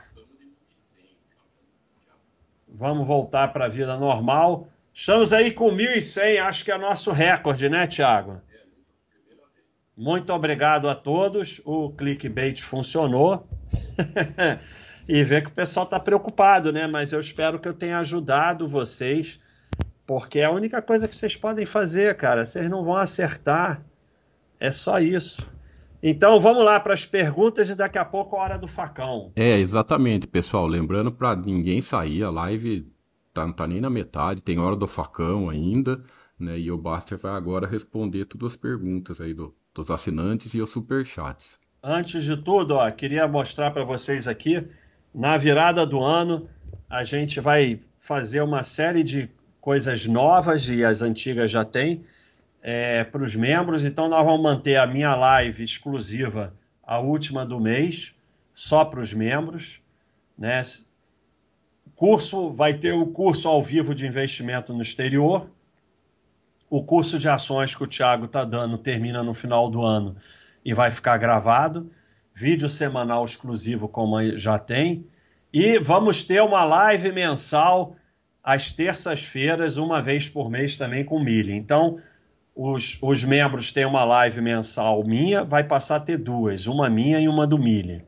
A: Vamos voltar para a vida normal. Estamos aí com mil e cem, acho que é nosso recorde, né, Thiago? Muito obrigado a todos. O clickbait funcionou. E ver que o pessoal está preocupado, né? Mas eu espero que eu tenha ajudado vocês, porque é a única coisa que vocês podem fazer, cara. Vocês não vão acertar. É só isso. Então vamos lá para as perguntas e daqui a pouco a hora do facão.
B: É, exatamente, pessoal. Lembrando para ninguém sair, a live tá, não tá nem na metade, tem hora do facão ainda, né? E o Baster vai agora responder todas as perguntas aí do, dos assinantes e os superchats.
A: Antes de tudo, ó, queria mostrar para vocês aqui, na virada do ano, a gente vai fazer uma série de coisas novas, e as antigas já tem, é, para os membros. Então, nós vamos manter a minha live exclusiva, a última do mês, só para os membros, né? Curso, vai ter o curso ao vivo de investimento no exterior. O curso de ações que o Thiago está dando termina no final do ano e vai ficar gravado. Vídeo semanal exclusivo, como já tem. E vamos ter uma live mensal às terças-feiras, uma vez por mês também com o Mili. Então, os, os membros têm uma live mensal minha, vai passar a ter duas, uma minha e uma do Mili.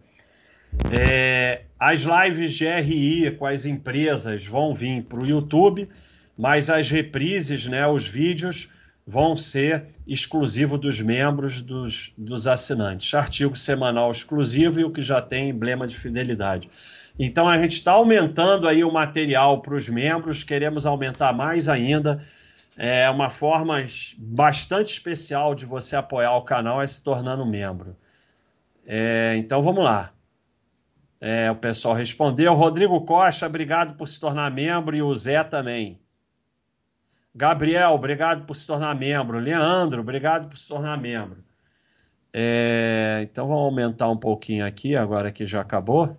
A: É, as lives de R I com as empresas vão vir para o YouTube, mas as reprises, né, os vídeos, vão ser exclusivos dos membros, dos, dos assinantes. Artigo semanal exclusivo e o que já tem emblema de fidelidade. Então, a gente está aumentando aí o material para os membros, queremos aumentar mais ainda. É uma forma bastante especial de você apoiar o canal é se tornando membro. É, então, vamos lá. É, o pessoal respondeu. Rodrigo Costa, obrigado por se tornar membro, e o Zé também. Gabriel, obrigado por se tornar membro. Leandro, obrigado por se tornar membro. É, então vamos aumentar um pouquinho aqui, agora que já acabou.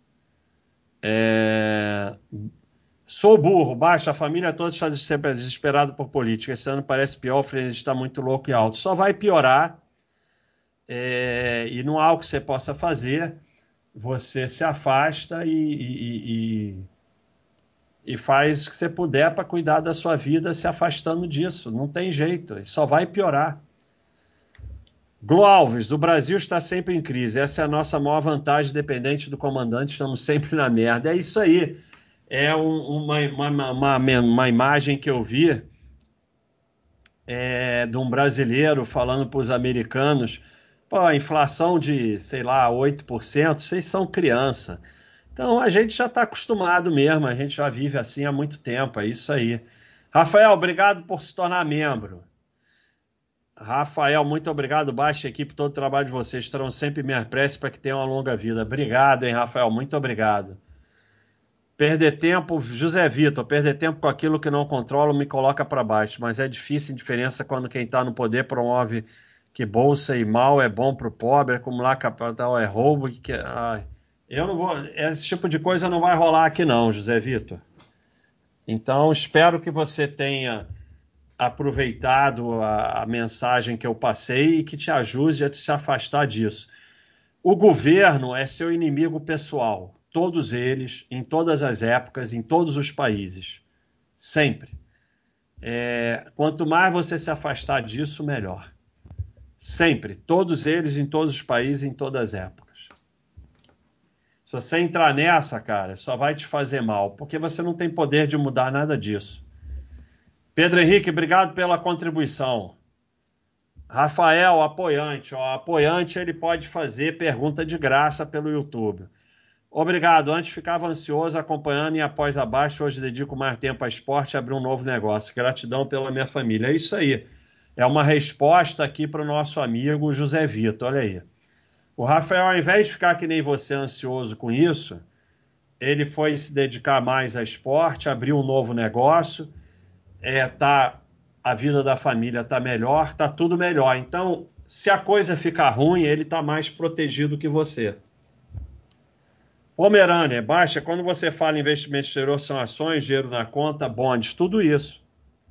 A: É, sou burro, baixa, a família toda está desesperada por política. Esse ano parece pior, o freio está muito louco e alto. Só vai piorar, é, e não há o que você possa fazer. Você se afasta e, e, e e faz o que você puder para cuidar da sua vida se afastando disso. Não tem jeito, só vai piorar. Glo Alves, o Brasil está sempre em crise. Essa é a nossa maior vantagem, dependente do comandante, estamos sempre na merda. É isso aí. É um, uma, uma, uma, uma imagem que eu vi é, de um brasileiro falando para os americanos: pô, a inflação de, sei lá, oito por cento, vocês são criança. Então, a gente já está acostumado mesmo, a gente já vive assim há muito tempo, é isso aí. Rafael, obrigado por se tornar membro. Rafael, muito obrigado, baixa equipe, todo o trabalho de vocês, estarão sempre em minha prece para que tenham uma longa vida. Obrigado, hein, Rafael, muito obrigado. Perder tempo, José Vitor, perder tempo com aquilo que não controlo me coloca para baixo, mas é difícil a diferença quando quem está no poder promove que bolsa e mal é bom para o pobre, acumular capital é roubo, que... Ai. Eu não vou, esse tipo de coisa não vai rolar aqui não, José Vitor. Então, espero que você tenha aproveitado a, a mensagem que eu passei e que te ajude a se afastar disso. O governo é seu inimigo pessoal, todos eles, em todas as épocas, em todos os países, sempre. É, quanto mais você se afastar disso, melhor. Sempre, todos eles, em todos os países, em todas as épocas. Se você entrar nessa, cara, só vai te fazer mal, porque você não tem poder de mudar nada disso. Pedro Henrique, obrigado pela contribuição. Rafael, apoiante. Ó, apoiante, ele pode fazer pergunta de graça pelo YouTube. Obrigado. Antes ficava ansioso acompanhando e após abaixo. Hoje dedico mais tempo a esporte e abrir um novo negócio. Gratidão pela minha família. É isso aí. É uma resposta aqui para o nosso amigo José Vitor. Olha aí. O Rafael, ao invés de ficar que nem você ansioso com isso, ele foi se dedicar mais a esporte, abriu um novo negócio, é, tá, a vida da família está melhor, está tudo melhor. Então, se a coisa ficar ruim, ele está mais protegido que você. Pomerânia, baixa, quando você fala em investimento exterior, são ações, dinheiro na conta, bonds, tudo isso.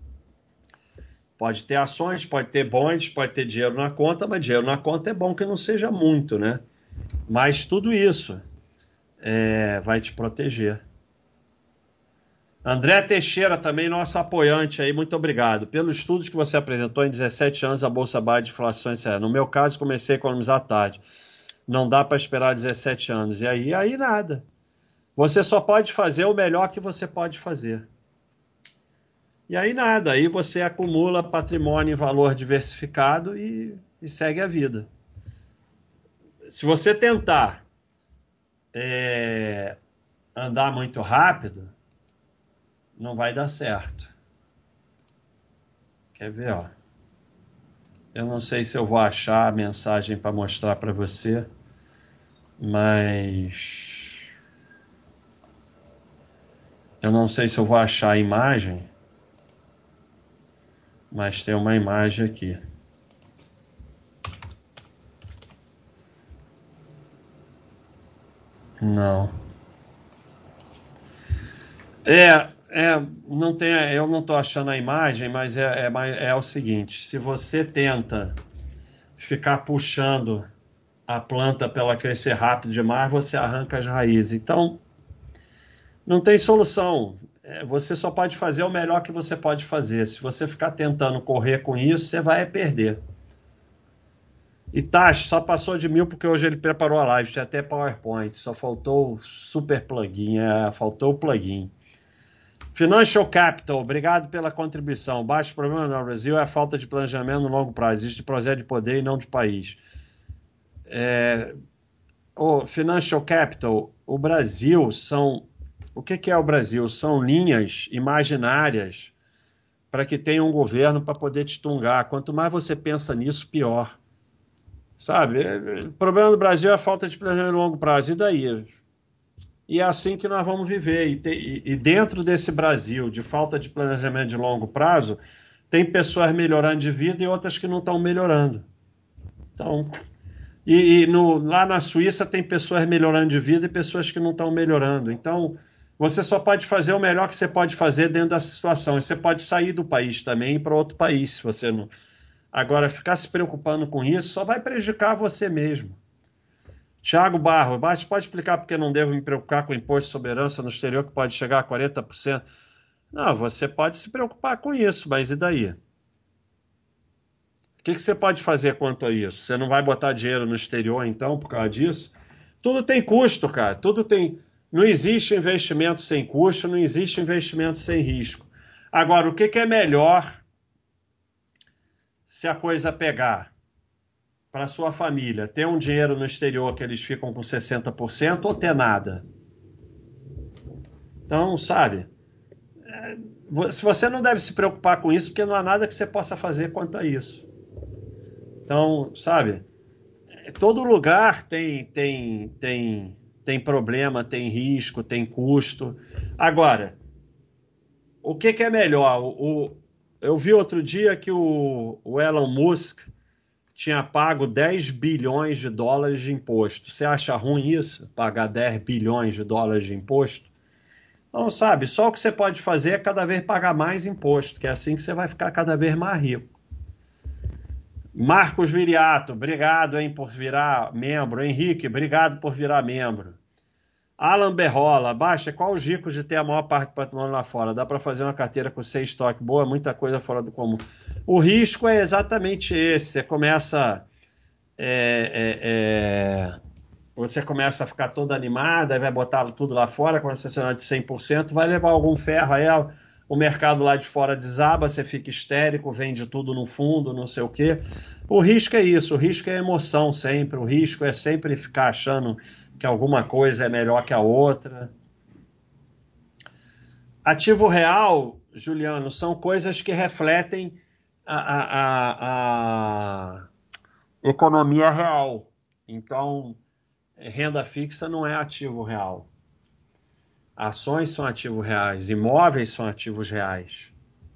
A: Pode ter ações, pode ter bonds, pode ter dinheiro na conta, mas dinheiro na conta é bom que não seja muito, né? Mas tudo isso é, vai te proteger. André Teixeira, também nosso apoiante aí, muito obrigado. Pelos estudos que você apresentou, em dezessete anos a Bolsa baixa de inflação, etcétera. No meu caso, comecei a economizar tarde. Não dá para esperar dezessete anos. E aí, aí nada. Você só pode fazer o melhor que você pode fazer. E aí nada, aí você acumula patrimônio em valor diversificado e, e segue a vida. Se você tentar é, andar muito rápido, não vai dar certo. Quer ver, ó? Eu não sei se eu vou achar a mensagem para mostrar para você, mas eu não sei se eu vou achar a imagem. Mas tem uma imagem aqui. Não. É, é, não tem, eu não estou achando a imagem, mas é, é, é o seguinte: se você tenta ficar puxando a planta para ela crescer rápido demais, você arranca as raízes. Então, não tem solução. Você só pode fazer o melhor que você pode fazer. Se você ficar tentando correr com isso, você vai perder. E Tash, só passou de mil porque hoje ele preparou a live. Tinha até PowerPoint. Só faltou o super plugin. É, faltou o plugin. Financial Capital, obrigado pela contribuição. Baixo problema no Brasil é a falta de planejamento no longo prazo. Existe projeto de poder e não de país. É, o Financial Capital, o Brasil são... O que, que é o Brasil? São linhas imaginárias para que tenha um governo para poder te tungar. Quanto mais você pensa nisso, pior. Sabe? O problema do Brasil é a falta de planejamento no longo prazo. E daí? E é assim que nós vamos viver. E, te, e dentro desse Brasil de falta de planejamento de longo prazo, tem pessoas melhorando de vida e outras que não estão melhorando. Então, e, e no, lá na Suíça tem pessoas melhorando de vida e pessoas que não estão melhorando. Então, você só pode fazer o melhor que você pode fazer dentro dessa situação. E você pode sair do país também e ir para outro país, se você não. Agora, ficar se preocupando com isso só vai prejudicar você mesmo. Tiago Barro, mas pode explicar por que não devo me preocupar com o imposto de soberança no exterior que pode chegar a quarenta por cento? Não, você pode se preocupar com isso, mas e daí? O que, que você pode fazer quanto a isso? Você não vai botar dinheiro no exterior, então, por causa disso? Tudo tem custo, cara. Tudo tem... Não existe investimento sem custo, não existe investimento sem risco. Agora, o que, que é melhor se a coisa pegar? Para sua família, ter um dinheiro no exterior que eles ficam com sessenta por cento ou ter nada? Então, sabe, é, você não deve se preocupar com isso, porque não há nada que você possa fazer quanto a isso. Então, sabe, todo lugar tem, tem, tem, tem problema, tem risco, tem custo. Agora, o que, que é melhor? O, eu vi outro dia que o, o Elon Musk tinha pago dez bilhões de dólares de imposto. Você acha ruim isso? Pagar dez bilhões de dólares de imposto? Não, sabe, só o que você pode fazer é cada vez pagar mais imposto, que é assim que você vai ficar cada vez mais rico. Marcos Viriato, obrigado, hein, por virar membro. Henrique, obrigado por virar membro. Alan Berrola, baixa, qual os ricos de ter a maior parte do patrimônio lá fora? Dá para fazer uma carteira com seis estoque boa, muita coisa fora do comum. O risco é exatamente esse. Você começa, é, é, é, você começa a ficar toda animada, aí vai botar tudo lá fora, quando você acionar de cem por cento, vai levar algum ferro, aí o mercado lá de fora desaba, você fica histérico, vende tudo no fundo, não sei o quê. O risco é isso, o risco é emoção sempre, o risco é sempre ficar achando que alguma coisa é melhor que a outra. Ativo real, Juliano, são coisas que refletem a, a, a, a economia real. Então, renda fixa não é ativo real. Ações são ativos reais, imóveis são ativos reais.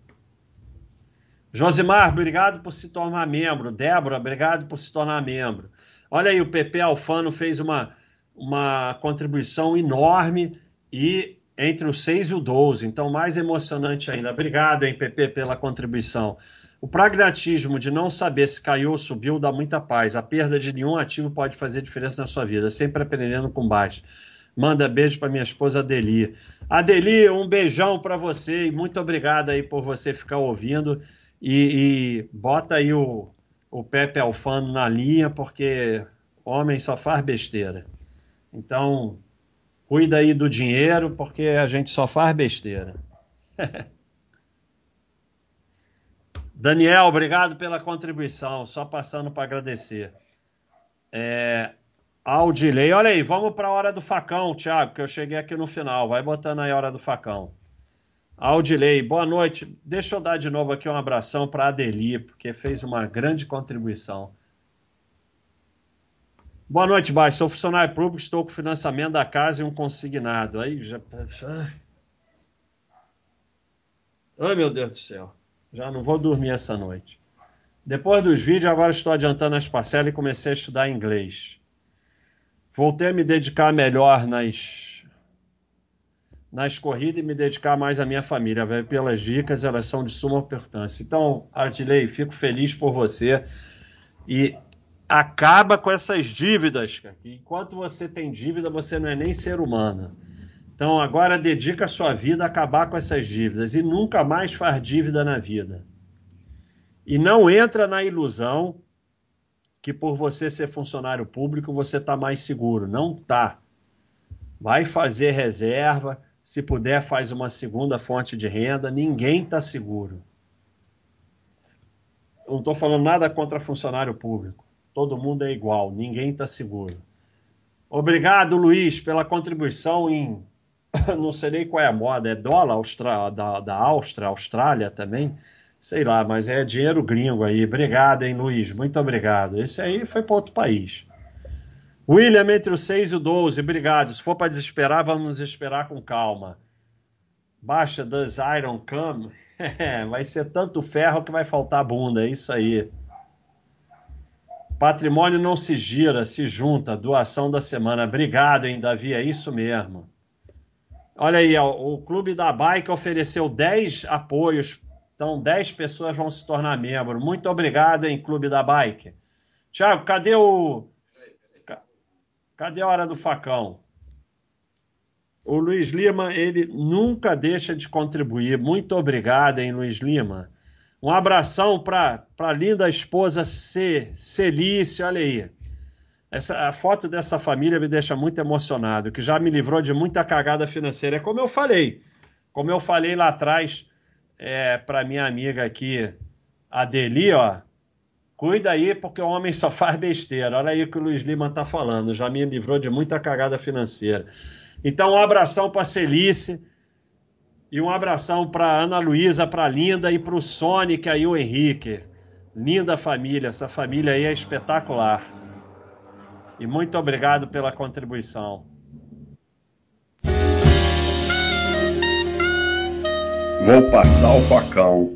A: Josimar, obrigado por se tornar membro. Débora, obrigado por se tornar membro. Olha aí, o P P Alfano fez uma... uma contribuição enorme e entre o seis e o doze, então mais emocionante ainda. Obrigado, hein, P P, pela contribuição. O pragmatismo de não saber se caiu ou subiu dá muita paz. A perda de nenhum ativo pode fazer diferença na sua vida, sempre aprendendo com baixo. Manda beijo para minha esposa Adeli. Adeli, um beijão para você e muito obrigado aí por você ficar ouvindo e, e bota aí o, o Pepe Alfano na linha, porque homem só faz besteira. Então, cuida aí do dinheiro, porque a gente só faz besteira. Daniel, obrigado pela contribuição. Só passando para agradecer. É, Aldilei, olha aí, vamos para a hora do facão, Thiago, que eu cheguei aqui no final. Vai botando aí a hora do facão. Aldilei, boa noite. Deixa eu dar de novo aqui um abração para a Adeli, porque fez uma grande contribuição. Boa noite, Baixo. Sou funcionário público, estou com o financiamento da casa e um consignado. Aí já. Ai, meu Deus do céu. Já não vou dormir essa noite. Depois dos vídeos, agora estou adiantando as parcelas e comecei a estudar inglês. Voltei a me dedicar melhor nas, nas corridas e me dedicar mais à minha família. Véio, pelas dicas, elas são de suma importância. Então, Artilei, fico feliz por você. E acaba com essas dívidas, cara. Enquanto você tem dívida, você não é nem ser humano. Então agora dedica a sua vida a acabar com essas dívidas e nunca mais faz dívida na vida. E não entra na ilusão que por você ser funcionário público você está mais seguro. Não tá. Vai fazer reserva, Se puder, faz uma segunda fonte de renda. Ninguém está seguro. Eu não estou falando nada contra funcionário público. Todo mundo é igual, ninguém está seguro. Obrigado, Luiz, pela contribuição em... Não sei nem qual é a moda, é dólar Austra... da, da Áustria, Austrália também? Sei lá, mas é dinheiro gringo aí. Obrigado, hein, Luiz? Muito obrigado. Esse aí foi para outro país. William, entre o seis e o doze, obrigado. Se for para desesperar, vamos esperar com calma. Baixa Does Iron Come? Vai ser tanto ferro que vai faltar bunda, é isso aí. Patrimônio não se gira, se junta. Doação da semana. Obrigado, hein, Davi, é isso mesmo. Olha aí, ó, o Clube da Bike ofereceu dez apoios, então dez pessoas vão se tornar membro. Muito obrigado, hein, Clube da Bike. Tiago, cadê o... Cadê a hora do facão? O Luiz Lima, ele nunca deixa de contribuir. Muito obrigado, hein, Luiz Lima. Um abração para a linda esposa C, Celice, olha aí. Essa, a foto dessa família me deixa muito emocionado, que já me livrou de muita cagada financeira. É como eu falei, como eu falei lá atrás é, para minha amiga aqui, Adeli, ó, cuida aí porque o homem só faz besteira. Olha aí o que o Luiz Lima está falando, já me livrou de muita cagada financeira. Então, um abração para a Celice e um abração para a Ana Luísa, para a Linda e para o Sônica e o Henrique. Linda família, essa família aí é espetacular. E muito obrigado pela contribuição.
C: Vou passar o facão.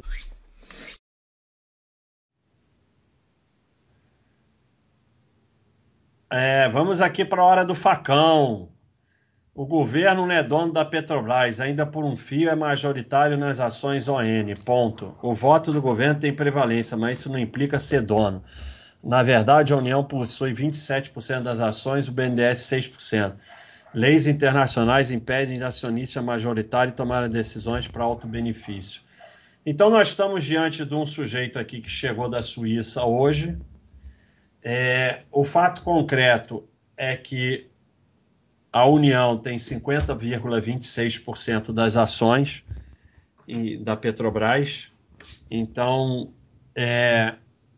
A: É, vamos aqui para a hora do facão. O governo não é dono da Petrobras, ainda por um fio é majoritário nas ações O N. Ponto. O voto do governo tem prevalência, mas isso não implica ser dono. Na verdade, a União possui vinte e sete por cento das ações, o B N D E S seis por cento. Leis internacionais impedem acionista majoritário tomar decisões para alto benefício. Então, nós estamos diante de um sujeito aqui que chegou da Suíça hoje. É, o fato concreto é que a União tem cinquenta vírgula vinte e seis por cento das ações da Petrobras. Então, é,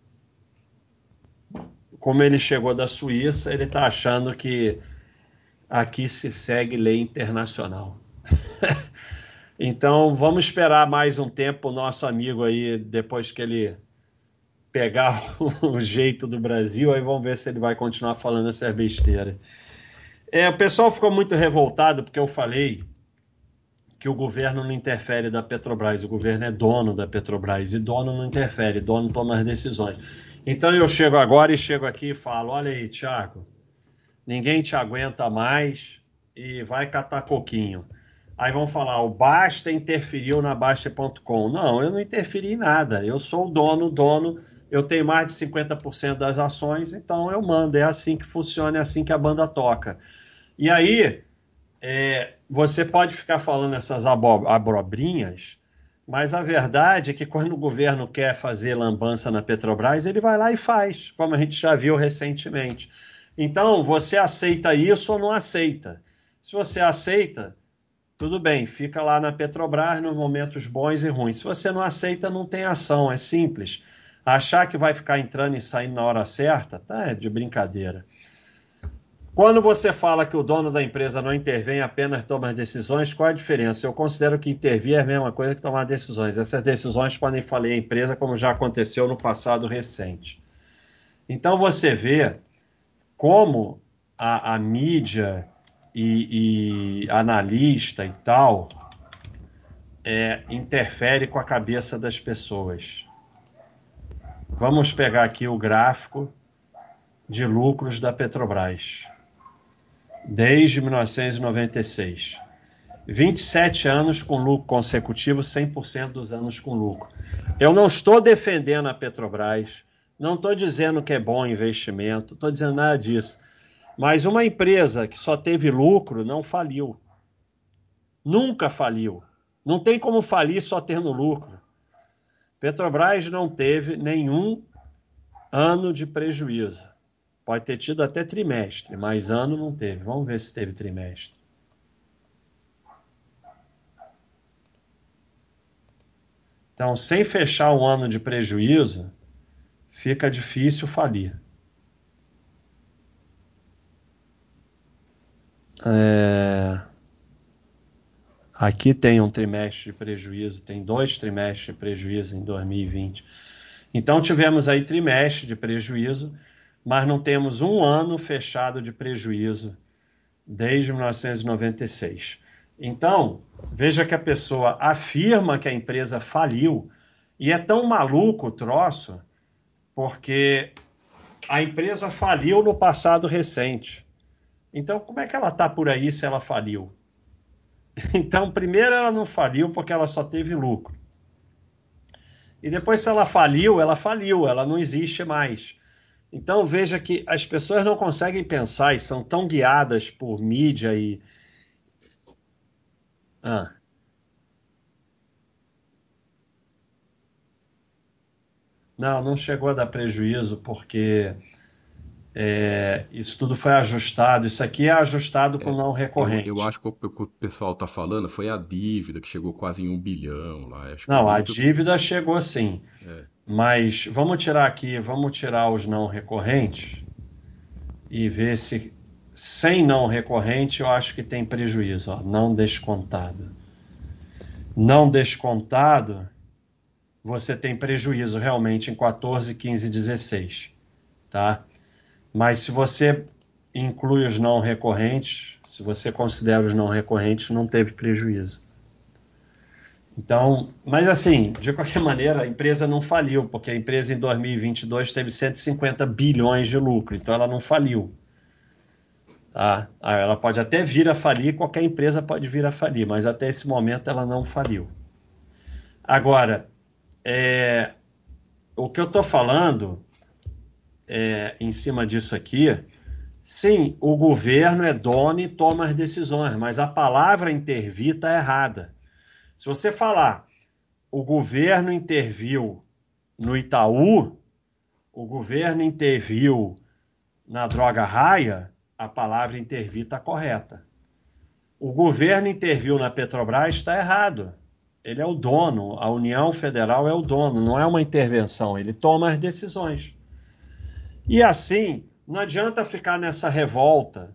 A: como ele chegou da Suíça, ele está achando que aqui se segue lei internacional. Então, vamos esperar mais um tempo o nosso amigo aí, depois que ele pegar o jeito do Brasil, aí vamos ver se ele vai continuar falando essa besteira. É, o pessoal ficou muito revoltado porque eu falei que o governo não interfere da Petrobras, o governo é dono da Petrobras, e dono não interfere, dono toma as decisões. Então eu chego agora e chego aqui e falo, olha aí, Thiago, ninguém te aguenta mais e vai catar coquinho. Aí vão falar, o Basta interferiu na Basta ponto com. Não, eu não interferi em nada, eu sou o dono, dono, eu tenho mais de cinquenta por cento das ações, então eu mando, é assim que funciona, é assim que a banda toca. E aí, é, você pode ficar falando essas abobrinhas, mas a verdade é que quando o governo quer fazer lambança na Petrobras, ele vai lá e faz, como a gente já viu recentemente. Então, você aceita isso ou não aceita? Se você aceita, tudo bem, fica lá na Petrobras nos momentos bons e ruins. Se você não aceita, não tem ação, é simples. Achar que vai ficar entrando e saindo na hora certa, tá, é de brincadeira. Quando você fala que o dono da empresa não intervém, apenas toma as decisões, qual é a diferença? Eu considero que intervir é a mesma coisa que tomar decisões. Essas decisões podem falir a empresa, como já aconteceu no passado recente. Então você vê como a, a mídia e, e analista e tal é, interfere com a cabeça das pessoas. Vamos pegar aqui o gráfico de lucros da Petrobras. Desde mil novecentos e noventa e seis. vinte e sete anos com lucro consecutivo, cem por cento dos anos com lucro. Eu não estou defendendo a Petrobras, não estou dizendo que é bom investimento, estou dizendo nada disso. Mas uma empresa que só teve lucro não faliu. Nunca faliu. Não tem como falir só tendo lucro. Petrobras não teve nenhum ano de prejuízo. Pode ter tido até trimestre, mas ano não teve. Vamos ver se teve trimestre. Então, sem fechar um ano de prejuízo, fica difícil falir. É... Aqui tem um trimestre de prejuízo, tem dois trimestres de prejuízo em dois mil e vinte. Então, tivemos aí trimestre de prejuízo, mas não temos um ano fechado de prejuízo desde mil novecentos e noventa e seis. Então, veja que a pessoa afirma que a empresa faliu, e é tão maluco o troço, porque a empresa faliu no passado recente. Então, como é que ela está por aí se ela faliu? Então, primeiro ela não faliu porque ela só teve lucro. E depois, se ela faliu, ela faliu, ela não existe mais. Então, veja que as pessoas não conseguem pensar e são tão guiadas por mídia e... Ah. Não, não chegou a dar prejuízo porque é, isso tudo foi ajustado. Isso aqui é ajustado com
B: É,
A: não
B: eu, eu
A: recorrente.
B: acho que o, o que o pessoal tá falando foi a dívida, que chegou quase em um bilhão lá. Acho que é
A: Não, a
B: isso que eu...
A: dívida chegou sim.
B: É,
A: Mas vamos tirar aqui, vamos tirar os não recorrentes e ver se sem não recorrente eu acho que tem prejuízo, ó, não descontado. Não descontado, você tem prejuízo realmente em quatorze, quinze, dezesseis, tá? Mas se você inclui os não recorrentes, se você considera os não recorrentes, não teve prejuízo. Então, mas assim, de qualquer maneira, a empresa não faliu, porque a empresa em dois mil e vinte e dois teve cento e cinquenta bilhões de lucro, então ela não faliu. Tá? Ela pode até vir a falir, qualquer empresa pode vir a falir, mas até esse momento ela não faliu. Agora, é, o que eu estou falando é, em cima disso aqui, sim, o governo é dono e toma as decisões, mas a palavra intervir está errada. Se você falar o governo interviu no Itaú, o governo interviu na Droga Raia, a palavra intervir está correta. O governo interviu na Petrobras, está errado. Ele é o dono, a União Federal é o dono, não é uma intervenção, ele toma as decisões. E assim, não adianta ficar nessa revolta.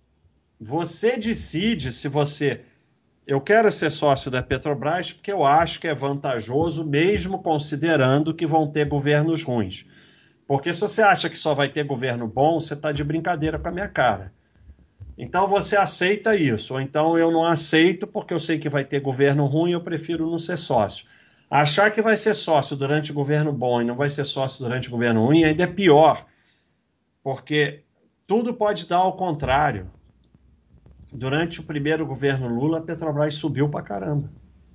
A: Você decide se você... Eu quero ser sócio da Petrobras porque eu acho que é vantajoso, mesmo considerando que vão ter governos ruins. Porque se você acha que só vai ter governo bom, você está de brincadeira com a minha cara. Então você aceita isso, ou então eu não aceito porque eu sei que vai ter governo ruim e eu prefiro não ser sócio. Achar que vai ser sócio durante o governo bom e não vai ser sócio durante o governo ruim ainda é pior, porque tudo pode dar ao contrário. Durante o primeiro governo Lula, a Petrobras subiu pra caramba.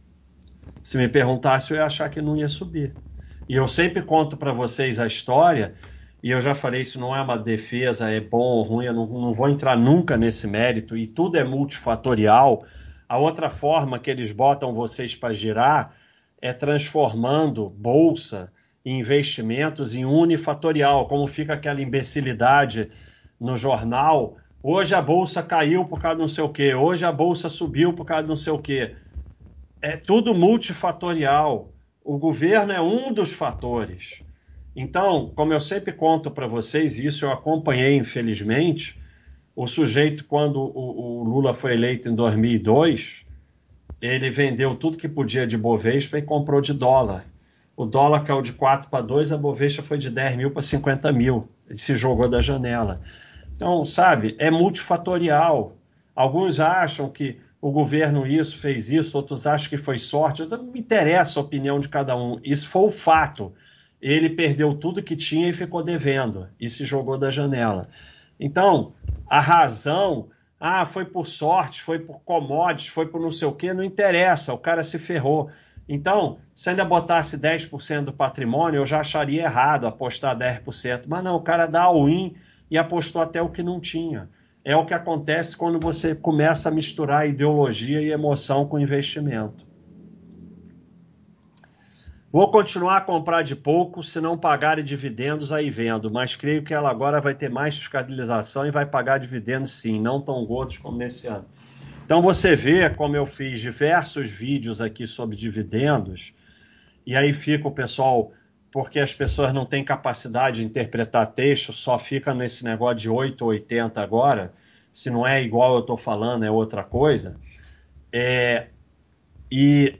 A: Se me perguntasse, eu ia achar que não ia subir. E eu sempre conto para vocês a história, e eu já falei, isso não é uma defesa, é bom ou ruim, eu não, não vou entrar nunca nesse mérito, e tudo é multifatorial. A outra forma que eles botam vocês para girar é transformando bolsa e investimentos em unifatorial, como fica aquela imbecilidade no jornal. Hoje a bolsa caiu por causa de não sei o quê, hoje a bolsa subiu por causa de não sei o quê. É tudo multifatorial. O governo é um dos fatores. Então, como eu sempre conto para vocês, isso eu acompanhei, infelizmente, o sujeito, quando o, o Lula foi eleito em dois mil e dois, ele vendeu tudo que podia de Bovespa e comprou de dólar. O dólar caiu de quatro para dois, a Bovespa foi de dez mil para cinquenta mil. Ele se jogou da janela. Então, sabe, é multifatorial. Alguns acham que o governo isso fez isso, outros acham que foi sorte. Não me interessa a opinião de cada um. Isso foi o fato. Ele perdeu tudo que tinha e ficou devendo. E se jogou da janela. Então, a razão... Ah, foi por sorte, foi por commodities, foi por não sei o quê, não interessa, o cara se ferrou. Então, se ainda botasse dez por cento do patrimônio, eu já acharia errado apostar dez por cento. Mas não, o cara dá all-in e apostou até o que não tinha. É o que acontece quando você começa a misturar ideologia e emoção com investimento. Vou continuar a comprar de pouco, se não pagarem dividendos, aí vendo, mas creio que ela agora vai ter mais fiscalização e vai pagar dividendos sim, não tão gordos como nesse ano. Então você vê como eu fiz diversos vídeos aqui sobre dividendos e aí fica o pessoal, porque as pessoas não têm capacidade de interpretar texto, só fica nesse negócio de oito ou oitenta agora, se não é igual eu estou falando, é outra coisa. É, e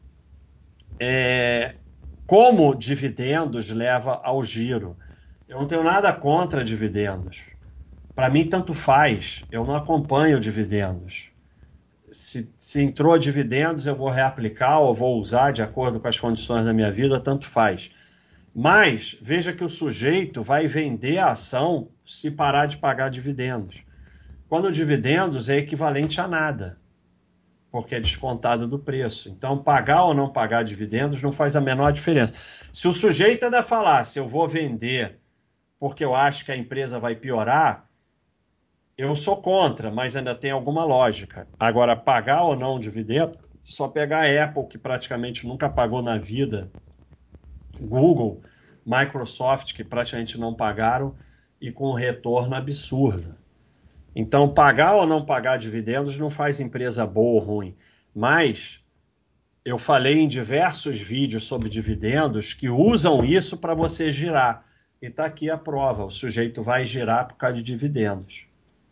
A: é, como dividendos leva ao giro. Eu não tenho nada contra dividendos. Para mim, tanto faz. Eu não acompanho dividendos. Se, se entrou dividendos, eu vou reaplicar ou vou usar de acordo com as condições da minha vida, tanto faz. Mas veja que o sujeito vai vender a ação se parar de pagar dividendos. Quando dividendos é equivalente a nada, porque é descontado do preço. Então, pagar ou não pagar dividendos não faz a menor diferença. Se o sujeito ainda falar, se eu vou vender porque eu acho que a empresa vai piorar, eu sou contra, mas ainda tem alguma lógica. Agora, pagar ou não dividendo, só pegar a Apple, que praticamente nunca pagou na vida, Google, Microsoft, que praticamente não pagaram, e com um retorno absurdo. Então, pagar ou não pagar dividendos não faz empresa boa ou ruim. Mas eu falei em diversos vídeos sobre dividendos que usam isso para você girar. E está aqui a prova, o sujeito vai girar por causa de dividendos.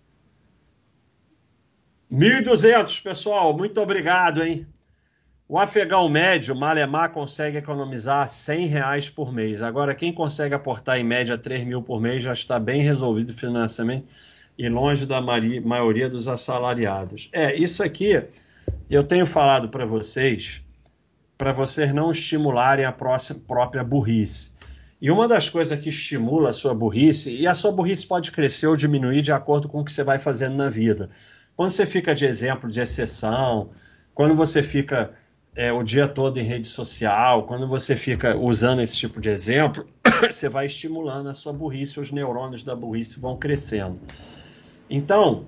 A: mil e duzentos, pessoal, muito obrigado, hein? O afegão médio, Malemar, consegue economizar cem reais por mês. Agora, quem consegue aportar em média três mil por mês já está bem resolvido financeiramente e longe da maioria dos assalariados. É, isso aqui eu tenho falado para vocês, para vocês não estimularem a própria burrice. E uma das coisas que estimula a sua burrice, e a sua burrice pode crescer ou diminuir de acordo com o que você vai fazendo na vida. Quando você fica de exemplo, de exceção, quando você fica é, o dia todo em rede social, quando você fica usando esse tipo de exemplo, você vai estimulando a sua burrice, os neurônios da burrice vão crescendo. Então,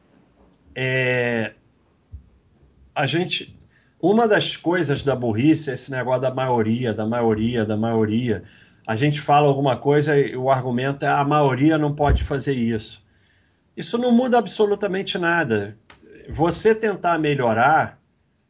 A: é, a gente, uma das coisas da burrice é esse negócio da maioria, da maioria, da maioria. A gente fala alguma coisa e o argumento é a maioria não pode fazer isso. Isso não muda absolutamente nada. Você tentar melhorar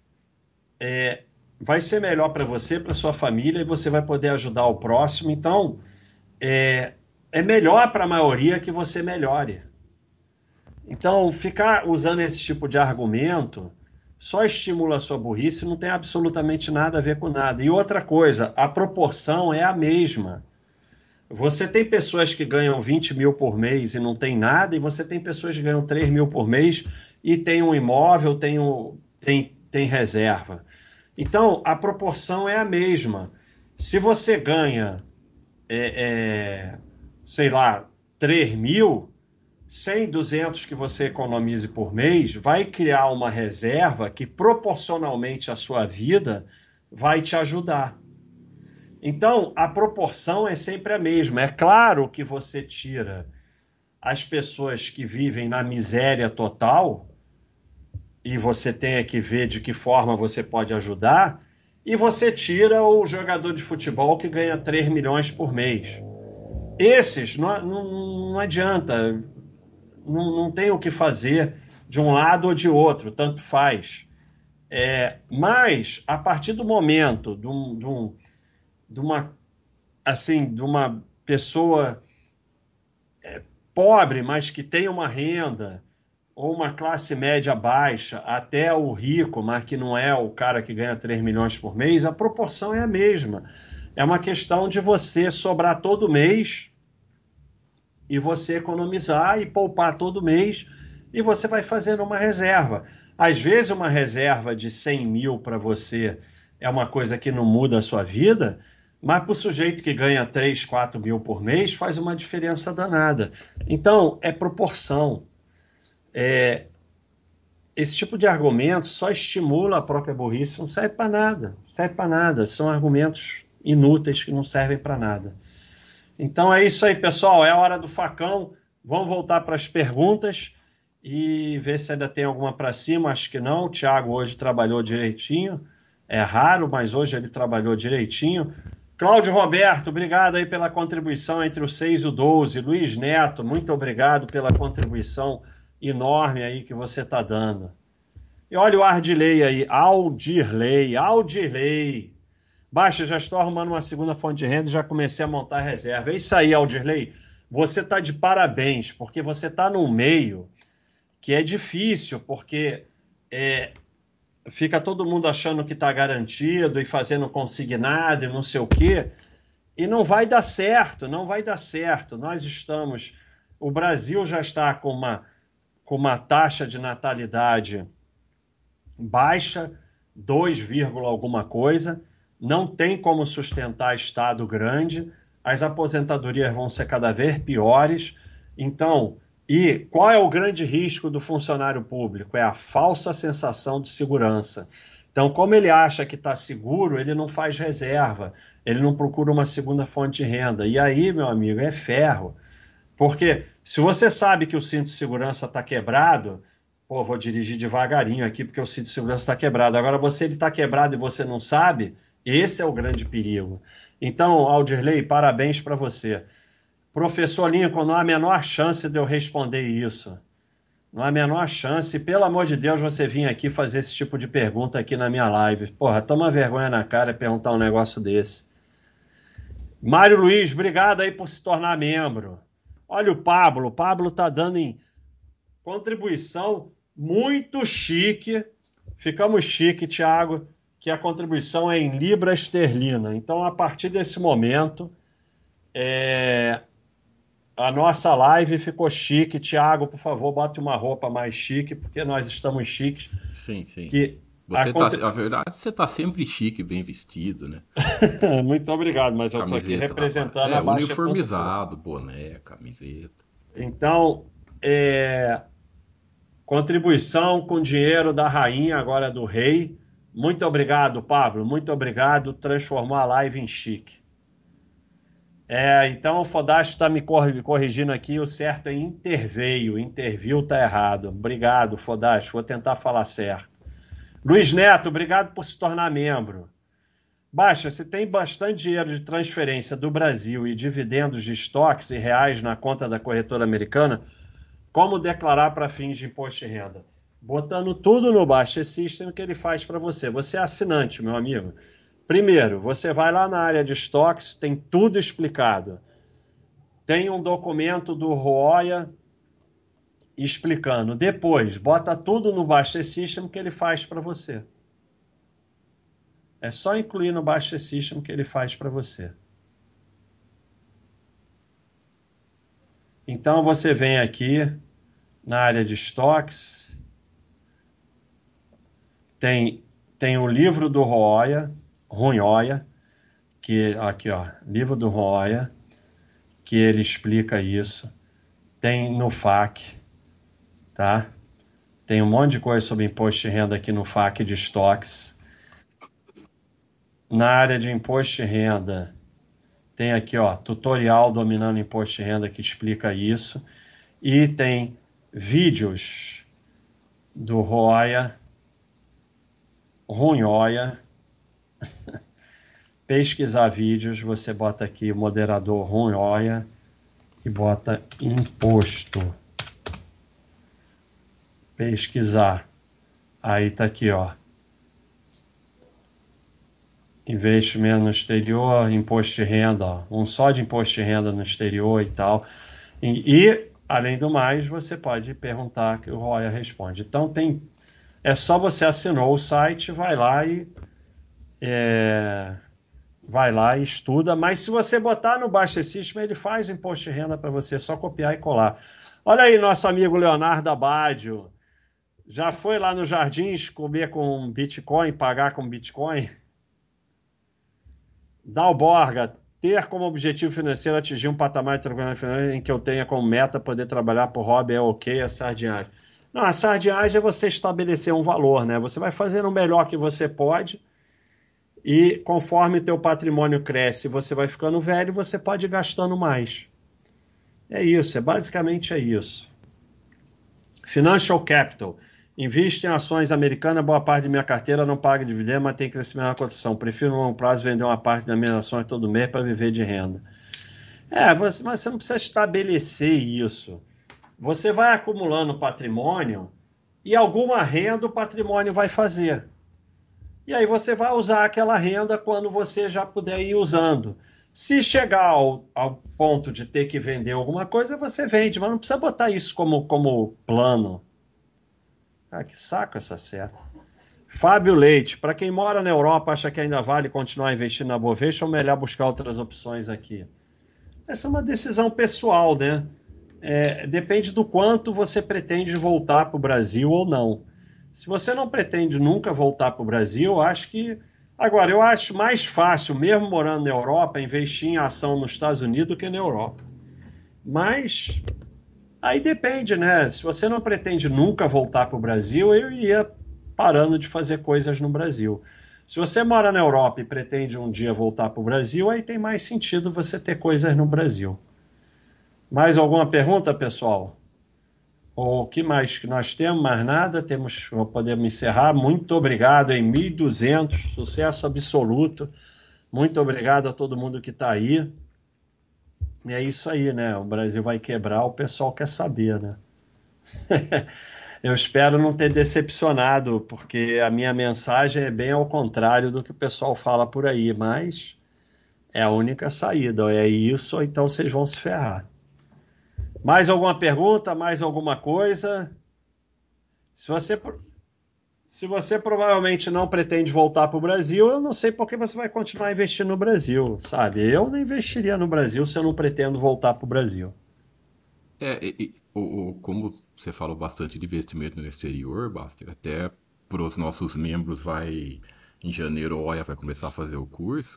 A: é, vai ser melhor para você, para sua família, e você vai poder ajudar o próximo. Então, é, é melhor para a maioria que você melhore. Então, ficar usando esse tipo de argumento só estimula a sua burrice, não tem absolutamente nada a ver com nada. E outra coisa, a proporção é a mesma. Você tem pessoas que ganham vinte mil por mês e não tem nada, e você tem pessoas que ganham três mil por mês e tem um imóvel, tem, um, tem, tem reserva. Então, a proporção é a mesma. Se você ganha, é, é, sei lá, três mil, cem, duzentos que você economize por mês, vai criar uma reserva que proporcionalmente à sua vida vai te ajudar. Então, a proporção é sempre a mesma. É claro que você tira as pessoas que vivem na miséria total e você tem que ver de que forma você pode ajudar, e você tira o jogador de futebol que ganha três milhões por mês. Esses, não, não, não adianta, não, não tem o que fazer de um lado ou de outro, tanto faz. É, mas, a partir do momento de, um, de, um, de, uma, assim, de uma pessoa é, pobre, mas que tem uma renda, ou uma classe média baixa, até o rico, mas que não é o cara que ganha três milhões por mês, a proporção é a mesma. É uma questão de você sobrar todo mês e você economizar e poupar todo mês, e você vai fazendo uma reserva. Às vezes uma reserva de cem mil para você é uma coisa que não muda a sua vida, mas para o sujeito que ganha três, quatro mil por mês faz uma diferença danada. Então, é proporção. É, esse tipo de argumento só estimula a própria burrice, não serve para nada, não serve para nada, são argumentos inúteis que não servem para nada. Então é isso aí, pessoal, é a hora do facão, vamos voltar para as perguntas e ver se ainda tem alguma para cima, acho que não, o Thiago hoje trabalhou direitinho, é raro, mas hoje ele trabalhou direitinho. Cláudio Roberto, obrigado aí pela contribuição entre o seis e o doze, Luiz Neto, muito obrigado pela contribuição enorme aí que você está dando. E olha o Ardilei aí, Aldirley, Aldirley. Baixa, já estou arrumando uma segunda fonte de renda e já comecei a montar a reserva. É isso aí, Aldirley. Você está de parabéns, porque você está num meio que é difícil, porque é, fica todo mundo achando que está garantido e fazendo consignado e não sei o quê, e não vai dar certo, não vai dar certo. Nós estamos... O Brasil já está com uma, com uma taxa de natalidade baixa, dois, alguma coisa, não tem como sustentar Estado grande, as aposentadorias vão ser cada vez piores. Então, e qual é o grande risco do funcionário público? É a falsa sensação de segurança. Então, como ele acha que está seguro, ele não faz reserva, ele não procura uma segunda fonte de renda. E aí, meu amigo, é ferro. Porque se você sabe que o cinto de segurança está quebrado, pô, vou dirigir devagarinho aqui porque o cinto de segurança está quebrado. Agora, você ele está quebrado e você não sabe, esse é o grande perigo. Então, Aldirley, parabéns para você. Professor Lincoln, não há a menor chance de eu responder isso. Não há a menor chance. Pelo amor de Deus, você vir aqui fazer esse tipo de pergunta aqui na minha live. Porra, toma vergonha na cara perguntar um negócio desse. Mário Luiz, obrigado aí por se tornar membro. Olha o Pablo. O Pablo está dando em contribuição muito chique. Ficamos chique, Thiago, que a contribuição é em libra esterlina. Então, a partir desse momento, é... a nossa live ficou chique. Thiago, por favor, bote uma roupa mais chique, porque nós estamos chiques.
B: Sim, sim.
A: Que
B: Você
A: a,
B: tá,
A: contri...
B: a verdade, você tá sempre chique, bem vestido, né?
A: Muito obrigado, mas eu estou aqui representando
B: é,
A: a Baixa
B: uniformizado, boné, camiseta.
A: Então, é... contribuição com dinheiro da rainha, agora do rei. Muito obrigado, Pablo. Muito obrigado. Transformou a live em chique. É, então o Fodacho está me corrigindo aqui. O certo é interveio. Interviu está errado. Obrigado, Fodacho. Vou tentar falar certo. Luiz Neto, obrigado por se tornar membro. Baixa, se tem bastante dinheiro de transferência do Brasil e dividendos de estoques e reais na conta da corretora americana, como declarar para fins de imposto de renda? Botando tudo no Baixa System que ele faz para você. Você é assinante, meu amigo. Primeiro, você vai lá na área de estoques, tem tudo explicado. Tem um documento do Roya explicando. Depois, bota tudo no Baixa System que ele faz para você. É só incluir no Baixa System que ele faz para você. Então, você vem aqui na área de estoques, tem, tem o livro do Roya, Runhoya, que aqui ó, livro do Roya, que ele explica isso. Tem no F A Q, tá? Tem um monte de coisa sobre imposto de renda aqui no F A Q de estoques. Na área de imposto de renda, tem aqui ó, tutorial dominando imposto de renda que explica isso. E tem vídeos do Roya, Runhoya. Pesquisar vídeos, você bota aqui moderador Runhoya e bota imposto. Pesquisar. Aí tá aqui, ó. Investimento no exterior, imposto de renda, ó. Um só de imposto de renda no exterior e tal. E, e além do mais, você pode perguntar que o Roya responde. Então tem, é só você assinou o site, vai lá e é, vai lá e estuda. Mas se você botar no Baixa System, ele faz o imposto de renda para você, é só copiar e colar. Olha aí nosso amigo Leonardo Abadio. Já foi lá nos Jardins comer com Bitcoin, pagar com Bitcoin? Dalborga, ter como objetivo financeiro atingir um patamar de tranquilidade financeira em que eu tenha como meta poder trabalhar por hobby é ok, a sardinhagem. Não, a sardinhagem é você estabelecer um valor, né? Você vai fazendo o melhor que você pode e conforme teu patrimônio cresce, você vai ficando velho, você pode ir gastando mais. É isso, é basicamente é isso. Financial Capital. Invisto em ações americanas, boa parte de minha carteira não paga dividendo, mas tem crescimento na cotação. Prefiro no longo prazo vender uma parte das minhas ações todo mês para viver de renda. É, você, mas você não precisa estabelecer isso. Você vai acumulando patrimônio e alguma renda o patrimônio vai fazer. e aí você vai usar aquela renda quando você já puder ir usando. Se chegar ao, ao ponto de ter que vender alguma coisa, você vende, mas não precisa botar isso como, como plano. Ah, que saco essa seta. Fábio Leite, para quem mora na Europa, acha que ainda vale continuar investindo na Bovespa ou melhor buscar outras opções aqui? Essa é uma decisão pessoal, né? É, depende do quanto você pretende voltar para o Brasil ou não. Se você não pretende nunca voltar para o Brasil, eu acho que... Agora, eu acho mais fácil, mesmo morando na Europa, investir em ação nos Estados Unidos do que na Europa. Mas aí depende, né? Se você não pretende nunca voltar para o Brasil, eu iria parando de fazer coisas no Brasil. Se você mora na Europa e pretende um dia voltar para o Brasil, aí tem mais sentido você ter coisas no Brasil. Mais alguma pergunta, pessoal? O que mais que nós temos? Mais nada? Temos, podemos encerrar. Muito obrigado em mil e duzentos, sucesso absoluto. Muito obrigado a todo mundo que está aí. E é isso aí, né? O Brasil vai quebrar, o pessoal quer saber, né? Eu espero não ter decepcionado, porque a minha mensagem é bem ao contrário do que o pessoal fala por aí, mas é a única saída, ou é isso, ou então vocês vão se ferrar. Mais alguma pergunta? Mais alguma coisa? Se você, se você provavelmente não pretende voltar para o Brasil, eu não sei por que você vai continuar investindo no Brasil, sabe? Eu não investiria no Brasil se eu não pretendo voltar para o Brasil.
B: É, e- e- o, o- como você falou bastante de investimento no exterior, Baster, até para os nossos membros vai, em janeiro, olha, vai começar a fazer o curso.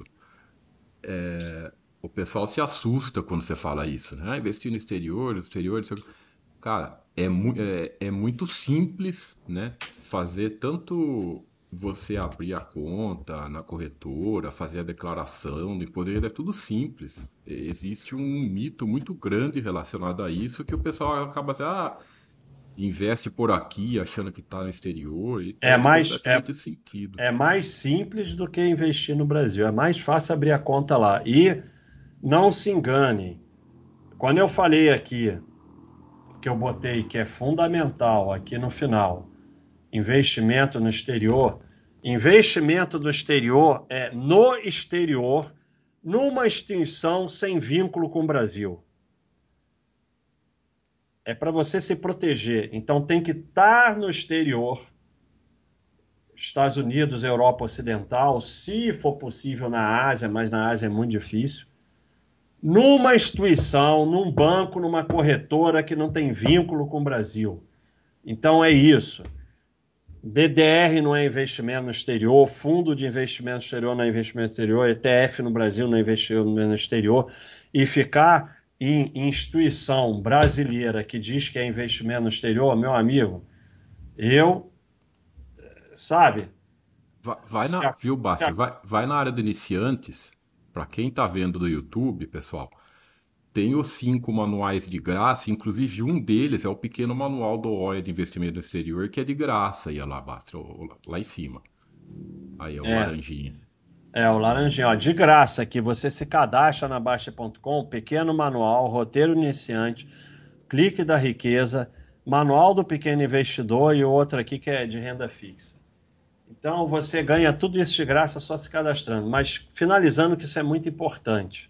B: O pessoal se assusta quando você fala isso, né? Ah, investir no exterior, no exterior, no exterior. Cara, é, mu é, é muito simples, né? Fazer tanto você abrir a conta na corretora, fazer a declaração do imposto de renda, é tudo simples. Existe um mito muito grande relacionado a isso que o pessoal acaba dizendo, ah, investe por aqui achando que está no exterior e
A: É
B: perde
A: mais, é,
B: completamente o sentido.
A: é mais simples do que investir no Brasil. É mais fácil abrir a conta lá. E não se engane. Quando eu falei aqui, que eu botei que é fundamental aqui no final, investimento no exterior, investimento no exterior é no exterior, numa instituição sem vínculo com o Brasil. É para você se proteger. Então tem que estar no exterior, Estados Unidos, Europa Ocidental, se for possível na Ásia, mas na Ásia é muito difícil. Numa instituição, num banco, numa corretora que não tem vínculo com o Brasil. Então é isso. B D R não é investimento no exterior, fundo de investimento no exterior não é investimento no exterior, E T F no Brasil não é investimento no exterior. E ficar em instituição brasileira que diz que é investimento no exterior, meu amigo, eu, sabe,
B: Vai, vai
A: se
B: na,
A: a,
B: viu,
A: se
B: Basti?
A: a,
B: Vai, vai na área de iniciantes. Para quem tá vendo do YouTube, pessoal, tem os cinco manuais de graça, inclusive um deles é o pequeno manual do O E de investimento no exterior, que é de graça, ia lá, Basti, lá em cima. Aí é o
A: é,
B: laranjinha.
A: é o laranjinha, ó, de graça, que você se cadastra na Baixa ponto com, pequeno manual, roteiro iniciante, clique da riqueza, manual do pequeno investidor e o outro aqui que é de renda fixa. Então você ganha tudo isso de graça só se cadastrando. Mas finalizando que isso é muito importante.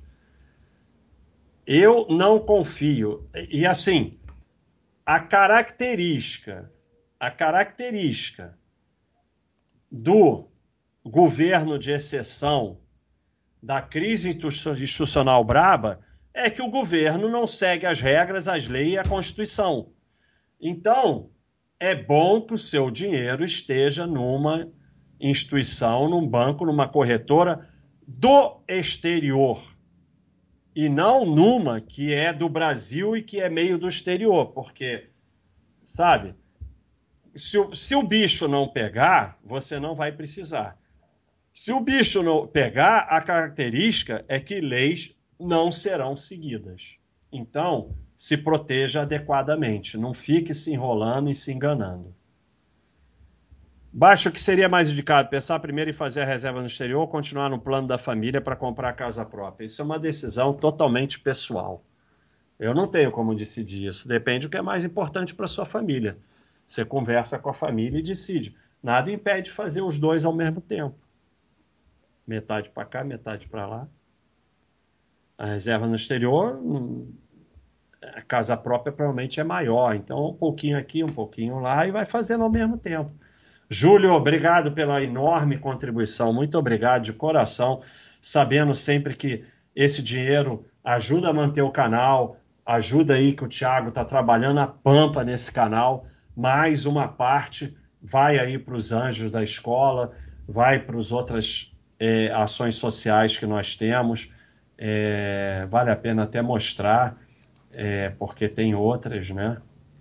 A: Eu não confio. E assim, a característica, a característica do governo de exceção da crise institucional braba é que o governo não segue as regras, as leis e a Constituição. Então, é bom que o seu dinheiro esteja numa instituição, num banco, numa corretora do exterior e não numa que é do Brasil e que é meio do exterior, porque, sabe, se o, se o bicho não pegar, você não vai precisar. Se o bicho não pegar, a característica é que leis não serão seguidas. Então, se proteja adequadamente, não fique se enrolando e se enganando. Baixo, o que seria mais indicado? Pensar primeiro em fazer a reserva no exterior ou continuar no plano da família para comprar casa própria? Isso é uma decisão totalmente pessoal. Eu não tenho como decidir isso. Depende do que é mais importante para sua família. Você conversa com a família e decide. nada impede de fazer os dois ao mesmo tempo. Metade para cá, metade para lá. A reserva no exterior, a casa própria provavelmente é maior, então um pouquinho aqui, um pouquinho lá, e vai fazendo ao mesmo tempo. Júlio, obrigado pela enorme contribuição, muito obrigado de coração, sabendo sempre que esse dinheiro ajuda a manter o canal, ajuda aí que o Thiago está trabalhando a pampa nesse canal, mais uma parte vai aí para os anjos da escola, vai para as outras é, ações sociais que nós temos, é, vale a pena até mostrar, é, porque tem outras, né?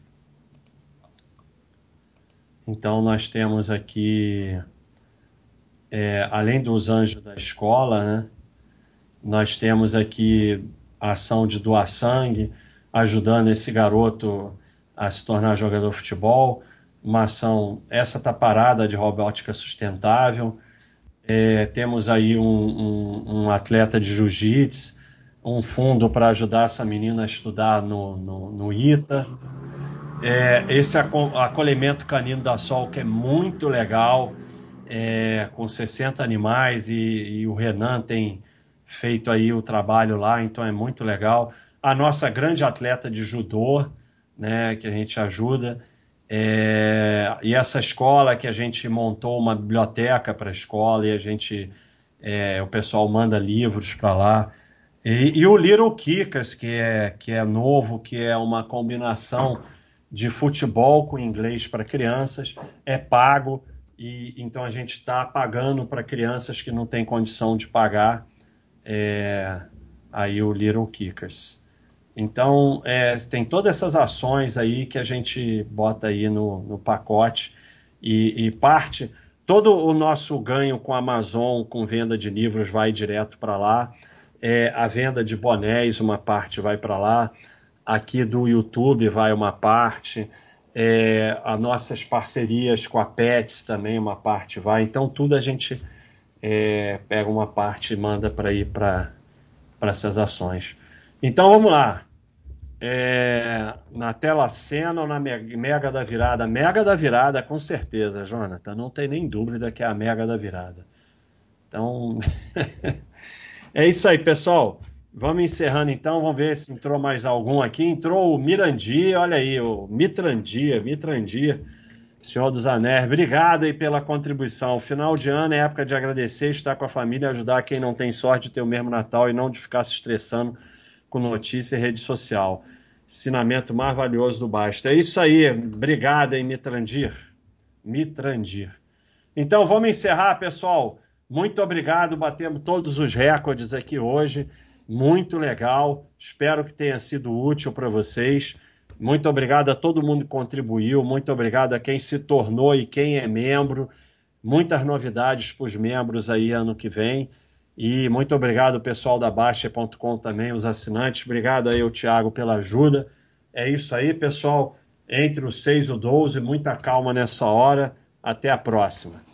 A: Então, nós temos aqui, é, além dos anjos da escola, né, nós temos aqui a ação de doar sangue, ajudando esse garoto a se tornar jogador de futebol, uma ação, essa está parada, de robótica sustentável. É, temos aí um, um, um atleta de jiu-jitsu, um fundo para ajudar essa menina a estudar no, no, no ITA. É, esse acolhimento canino da Sol, que é muito legal, é, com sessenta animais, e, e o Renan tem feito aí o trabalho lá, então é muito legal. A nossa grande atleta de judô, né, que a gente ajuda, é, e essa escola que a gente montou uma biblioteca para a escola, e a gente, é, o pessoal manda livros para lá. E, e o Little Kickers, que é, que é novo, que é uma combinação de futebol com inglês para crianças, é pago, e então a gente está pagando para crianças que não têm condição de pagar, é, aí o Little Kickers. Então, é, tem todas essas ações aí que a gente bota aí no, no pacote, e, e parte, todo o nosso ganho com a Amazon, com venda de livros, vai direto para lá, é, a venda de bonés, uma parte vai para lá, aqui do YouTube vai uma parte, é, as nossas parcerias com a Pets também uma parte vai, então tudo a gente é, pega uma parte e manda para ir para essas ações. Então vamos lá, é, na tela cena ou na Mega da Virada? Mega da Virada, com certeza, Jonathan, não tem nem dúvida que é a Mega da Virada. Então é isso aí, pessoal. Vamos encerrando então, vamos ver se entrou mais algum aqui. Entrou o Mirandia, olha aí, o Mitrandia, Mitrandia, Senhor dos Anéis. Obrigado aí pela contribuição. Final de ano é época de agradecer, estar com a família, ajudar quem não tem sorte de ter o mesmo Natal e não de ficar se estressando com notícia e rede social. Ensinamento mais valioso do Basta. É isso aí, obrigado aí, Mitrandir. Mitrandir. Então vamos encerrar, pessoal. Muito obrigado, batemos todos os recordes aqui hoje. Muito legal, espero que tenha sido útil para vocês. Muito obrigado a todo mundo que contribuiu, muito obrigado a quem se tornou e quem é membro. Muitas novidades para os membros aí ano que vem. E muito obrigado, pessoal da Baixa ponto com também, os assinantes. Obrigado aí ao Thiago pela ajuda. É isso aí, pessoal. Entre o seis e o doze, muita calma nessa hora. Até a próxima.